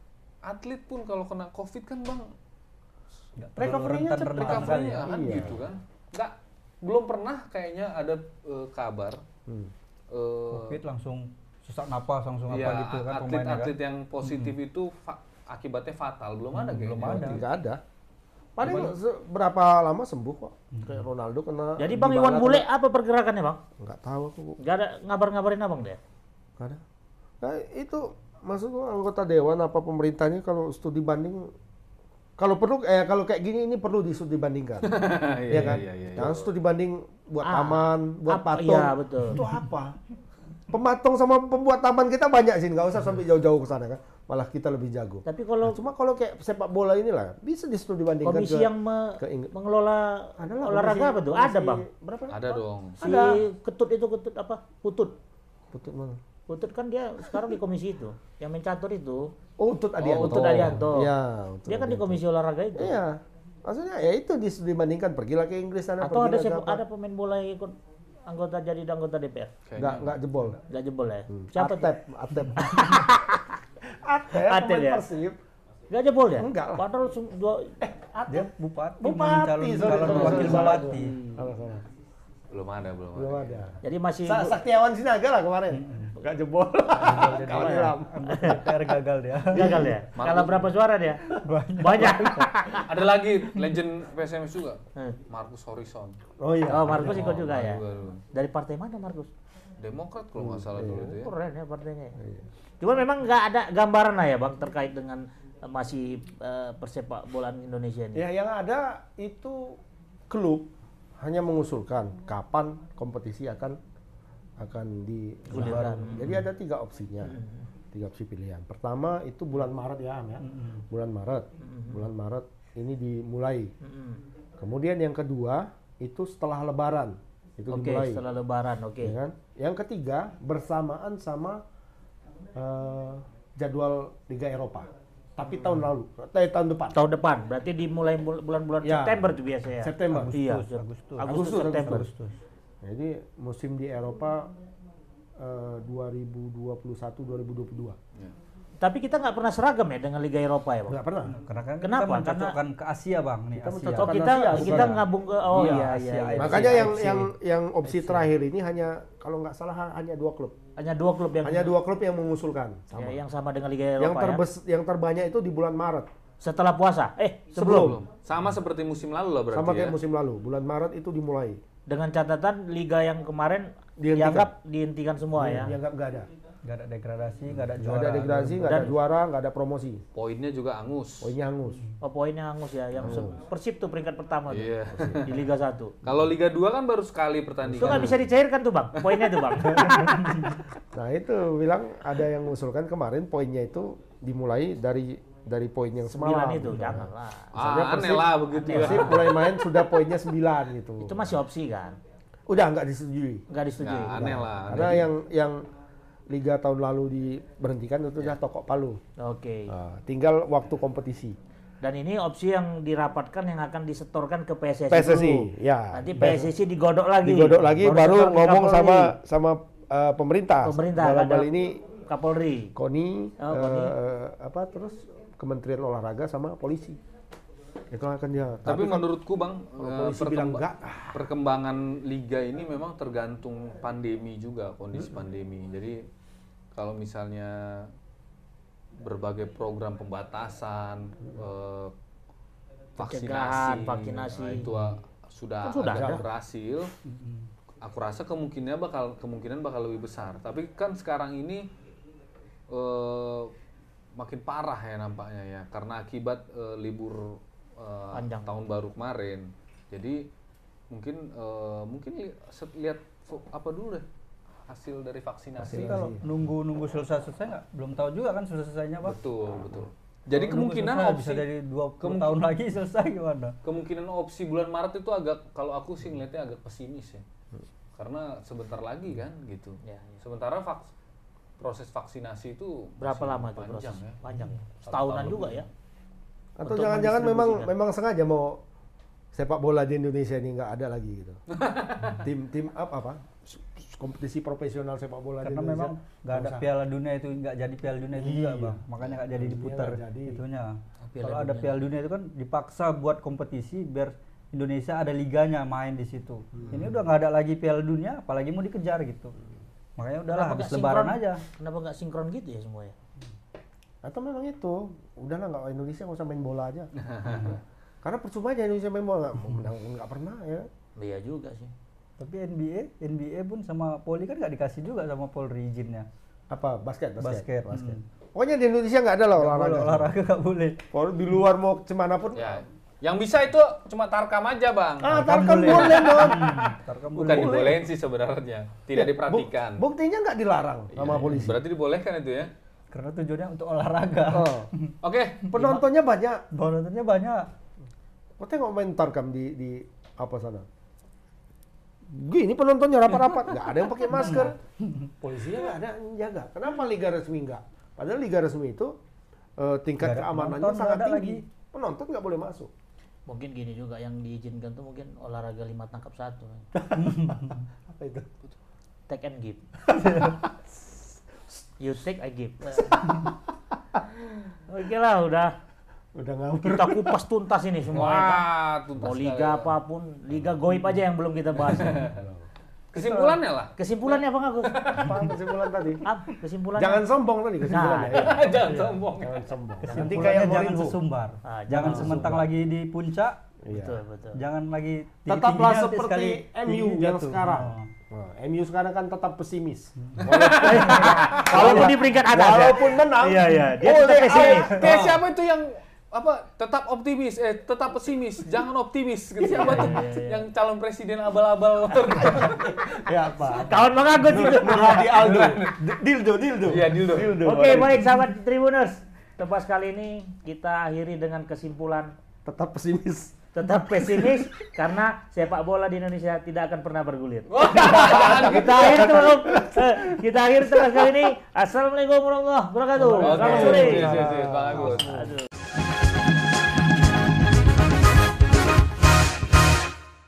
atlet pun kalau kena COVID kan bang, Nggak terlalu Recovery-nya rentan- cepet. rentan sekali recovery ya. kan Iya. gitu kan. Nggak, belum pernah kayaknya ada eh, kabar Hmm. eh, Covid langsung sesak napas langsung apa ya, gitu kan pemainnya kan. atlet-atlet yang positif itu fa- akibatnya fatal belum ada kayaknya. belum ada. Nggak ada. Paling se- berapa lama sembuh kok. Kayak Ronaldo kena. Jadi Bang Dybala Iwan Bule kena- apa pergerakannya Bang? Nggak tahu aku. Bu. Gak ada ngabar-ngabarin abang deh. Nggak ada. Nah, itu maksud gua anggota dewan apa pemerintahnya kalau studi banding kalau perlu eh kalau kayak gini ini perlu studi bandingkan. Iya, ya kan? iya, iya, iya. Jangan studi banding buat Ah, taman, buat apa- patung. iya, betul. Itu apa? Pematong sama pembuat taman kita banyak sih, nggak usah sampai jauh-jauh ke sana kan. Malah kita lebih jago. Tapi kalau Nah, cuma kalau kayak sepak bola inilah bisa di studi bandingkan komisi ke, yang me- ke Ing- mengelola Adalah olahraga komisi- apa tuh? komisi- Ada Bang. Berapa? Ada dong. Si ketut itu ketut apa? Putut. Putut mana? Putut kan dia sekarang di komisi itu, yang mencatur itu. Oh, Utut Adianto. Utut Adianto. Iya, Utut Dia kan di Adianto. komisi olahraga itu. Iya. Maksudnya ya itu dis- dibandingkan pergilah ke Inggris sana. Atau ada pergilah ke sepak- apa. ada pemain bola yang ikut anggota jadi anggota D P R. Nggak nggak jebol. Nggak jebol ya? Hmm. Siapa tuh? Atep, Atep. Atep, Atep pemain ya? Persib. Nggak jebol ya? Enggak lah. Padahal sem- dua eh Dia bupati, Bupati, calon, sorry, calon sorry, wakil sorry, sorry. bupati. Salah, salah. Belum ada, belum, Belum ada. ada. jadi masih Sa Saktiawan Sinaga lah kemarin. Nggak jebol. Kawan Ilham. D P R gagal dia. gagal ya? Markus- Kalah berapa suara dia? Banyak. Banyak. Ada lagi legend P S M S juga, Hmm. Markus Horizon. Oh iya. Oh, Markus ikut juga ya? baru. Dari partai mana Markus? Demokrat kalau nggak salah dulu itu ya. Keren ya partainya. Cuma memang nggak ada gambaran lah ya Bang terkait dengan eh, masih eh, persepak bolaan Indonesia ini. Ya yang ada itu klub hanya mengusulkan kapan kompetisi akan akan digelar. Jadi ada tiga opsinya, tiga opsi pilihan. Pertama itu bulan Maret ya, Am, ya. Bulan Maret, bulan Maret ini dimulai. Mm-mm. Kemudian yang kedua itu setelah Lebaran itu Oke, dimulai. setelah Lebaran, oke. Ya kan? Yang ketiga bersamaan sama eh, jadwal Liga Eropa, tapi tahun lalu, eh, tahun depan. Tahun depan, berarti dimulai bul- bulan-bulan Ya. September tuh biasanya. September. Iya, Agustus, Agustus, Agustus. September. Jadi musim di Eropa eh, dua ribu dua puluh satu dua ribu dua puluh dua. Ya. Tapi kita nggak pernah seragam ya dengan Liga Eropa ya, Bang? Nggak pernah. Karena kan Kenapa? kita mencocokkan ke Asia bang, nih Kita Asia. mencocok- Oh, kita Asia, kita bukan. ngabung ke oh Iya, iya Asia, iya. iya. Makanya yang A F C. yang yang opsi terakhir ini hanya kalau nggak salah ha- hanya dua klub. Hanya dua klub yang Hanya dua klub yang mengusulkan. ya, Sama. yang sama dengan Liga Eropa yang ya. terbes yang terbanyak itu di bulan Maret. Setelah puasa. Eh, Sebelum. sebelum. Sama seperti musim lalu lah berarti Sama ya. kayak musim lalu. Bulan Maret itu dimulai. Dengan catatan liga yang kemarin Dihentikan. dianggap dihentikan semua ya. Dianggap nggak ada. Nggak ada degradasi, nggak ada Nggak juara. ada degradasi, nggak ada Dan- juara, nggak ada promosi. Poinnya juga angus. Poinnya hangus. Oh, poinnya hangus ya yang se- Persib tuh peringkat pertama tuh Iya. di Liga satu. Kalau Liga dua kan baru sekali Itu pertandingan. nggak bisa dicairkan tuh, Bang. Poinnya tuh, Bang. Nah itu bilang ada yang mengusulkan kemarin poinnya itu dimulai dari dari poin yang semalam. Sembilan itu, janganlah. Misalnya Ah, aneh Persib- lah begitu ya. Persib mulai main sudah poinnya sembilan gitu. Itu masih opsi kan? Udah nggak disetujui. Nggak disetujui. Nggak, aneh lah. Karena yang yang Liga tahun lalu diberhentikan itu udah tokok palu. Oke. Nah, tinggal waktu kompetisi. Dan ini opsi yang dirapatkan yang akan disetorkan ke P S S I, P S S I, dulu. ya. Nanti P S S I digodok lagi. Digodok lagi baru setor ke ngomong Kapolri. sama sama uh, pemerintah. Pemerintah, Dalam ada hal ini Kapolri. KONI, Oh, KONI. uh, apa terus Kementerian Olahraga sama polisi. Itu akan dia. Tapi kan menurutku Bang, kalau eh, polisi bilang perkemba- enggak, perkembangan liga ini memang tergantung pandemi juga, kondisi Hmm. pandemi. Jadi kalau misalnya berbagai program pembatasan, eh, Pencegahan, vaksinasi, vaksinasi. nah, itu ah, sudah, Kan sudah agak ada. berhasil. Aku rasa kemungkinannya bakal kemungkinan bakal lebih besar. Tapi kan sekarang ini eh, makin parah ya nampaknya ya, karena akibat eh, libur eh, Panjang. tahun baru kemarin. Jadi mungkin eh, mungkin li- set- lihat fo- apa dulu deh hasil dari vaksinasi. Tapi kalau nunggu nunggu selesai selesai nggak, belum tahu juga kan selesai selesainya bang. Betul betul. Jadi Kalau nunggu kemungkinan selesai, opsi bisa dari dua puluh kemungkin- tahun lagi selesai gimana? kemungkinan opsi bulan Maret itu agak, kalau aku sih ngeliatnya agak pesimis ya, karena sebentar lagi kan gitu. Ya, ya. Sementara vaks, proses vaksinasi itu Berapa masih lama tuh panjang proses? ya. Panjang ya. Satu Setahunan tahun juga lebih. ya. atau Untuk jangan-jangan memang mendistribusikan. memang sengaja mau sepak bola di Indonesia ini nggak ada lagi gitu. tim tim apa apa kompetisi profesional sepak bola di Karena Indonesia memang nggak ada usah. Piala Dunia itu, nggak jadi Piala Dunia itu juga Iya. bang, makanya nggak jadi Dunia diputar nggak jadi. itunya. Piala Kalau ada Dunia. Piala Dunia itu kan dipaksa buat kompetisi biar Indonesia ada liganya main di situ. Hmm. Ini udah nggak ada lagi Piala Dunia, apalagi mau dikejar gitu. Makanya udahlah Kenapa habis nggak Lebaran sinkron? aja. Kenapa nggak sinkron gitu ya semuanya? Atau memang itu udahlah nggak Indonesia nggak usah main bola aja. Karena percuma aja Indonesia main bola nggak menang nggak pernah ya. Iya juga sih. Tapi N B A, N B A pun sama Poli kan nggak dikasih juga sama Polri izinnya. Apa basket basket. Basket. Hmm. Pokoknya di Indonesia nggak ada loh Nggak olahraga. boleh, olahraga nggak boleh. Kalau di luar mau kemana pun. Ya, yang bisa itu cuma tarkam aja bang. Ah, Tarkam tarkam boleh. boleh dong. Tarkam Bukan boleh. dibolehin sih sebenarnya, tidak Ya, diperhatikan. buk- buktinya nggak dilarang sama Iya, polisi. Berarti dibolehkan itu ya. Karena tujuannya untuk olahraga. Oh. Oke, Penontonnya banyak. Penontonnya banyak. Kau tengok main tarkam di di apa sana? Gini penontonnya rapat-rapat, nggak ada yang pakai masker. Polisinya nggak ada yang jaga. Kenapa liga resmi nggak? Padahal liga resmi itu eh, tingkat Nggak ada keamanannya penonton, sangat nggak ada tinggi. lagi. Penonton nggak boleh masuk. Mungkin gini juga yang diizinkan tuh mungkin olahraga lima tangkap satu. Apa itu? Take and give. You take, I give. Oke lah, udah Udah ngawur. kita kupas tuntas ini semua. Wah, tuntas Mau sekali. liga apapun, liga goib aja yang belum kita bahas. Kesimpulannya lah. Kesimpulannya apa Agus? Apa kesimpulan tadi? Apa kesimpulannya? Jangan sombong tadi kesimpulannya. Nah, ya. Jangan sombong. Jangan sombong. Nanti Kesimpulannya kayak jangan Mourinho. sesumbar. Ah, jangan jangan sementang sesumbar. lagi di puncak, Iya. Betul, betul. jangan lagi Tetaplah tinggi-tingginya, nanti seperti sekali M U tinggi yang jatuh. sekarang. Oh. Nah, M U sekarang kan tetap pesimis. Walaupun di peringkat atas ya. Walaupun menang. Iya, iya. Dia oleh tetap pesimis. Al- Kayak siapa itu yang apa tetap optimis eh tetap pesimis jangan optimis gitu siapa tuh yang calon presiden abal-abal Ya apa? Kawan Bang Agus itu. Nurhadi Aldo. Dildo, dildo. Iya, dildo. Oke, baik sahabat Tribuners. Tepas kali ini kita akhiri dengan kesimpulan Tetap pesimis. tetap pesimis karena sepak bola di Indonesia tidak akan pernah bergulir. Wah, Kita akhiri tuh. eh, Kita akhiri tepas kali ini. Assalamualaikum warahmatullahi wabarakatuh. Oke, Selamat sore. sip, sip, sip, Bang Agus. Aduh.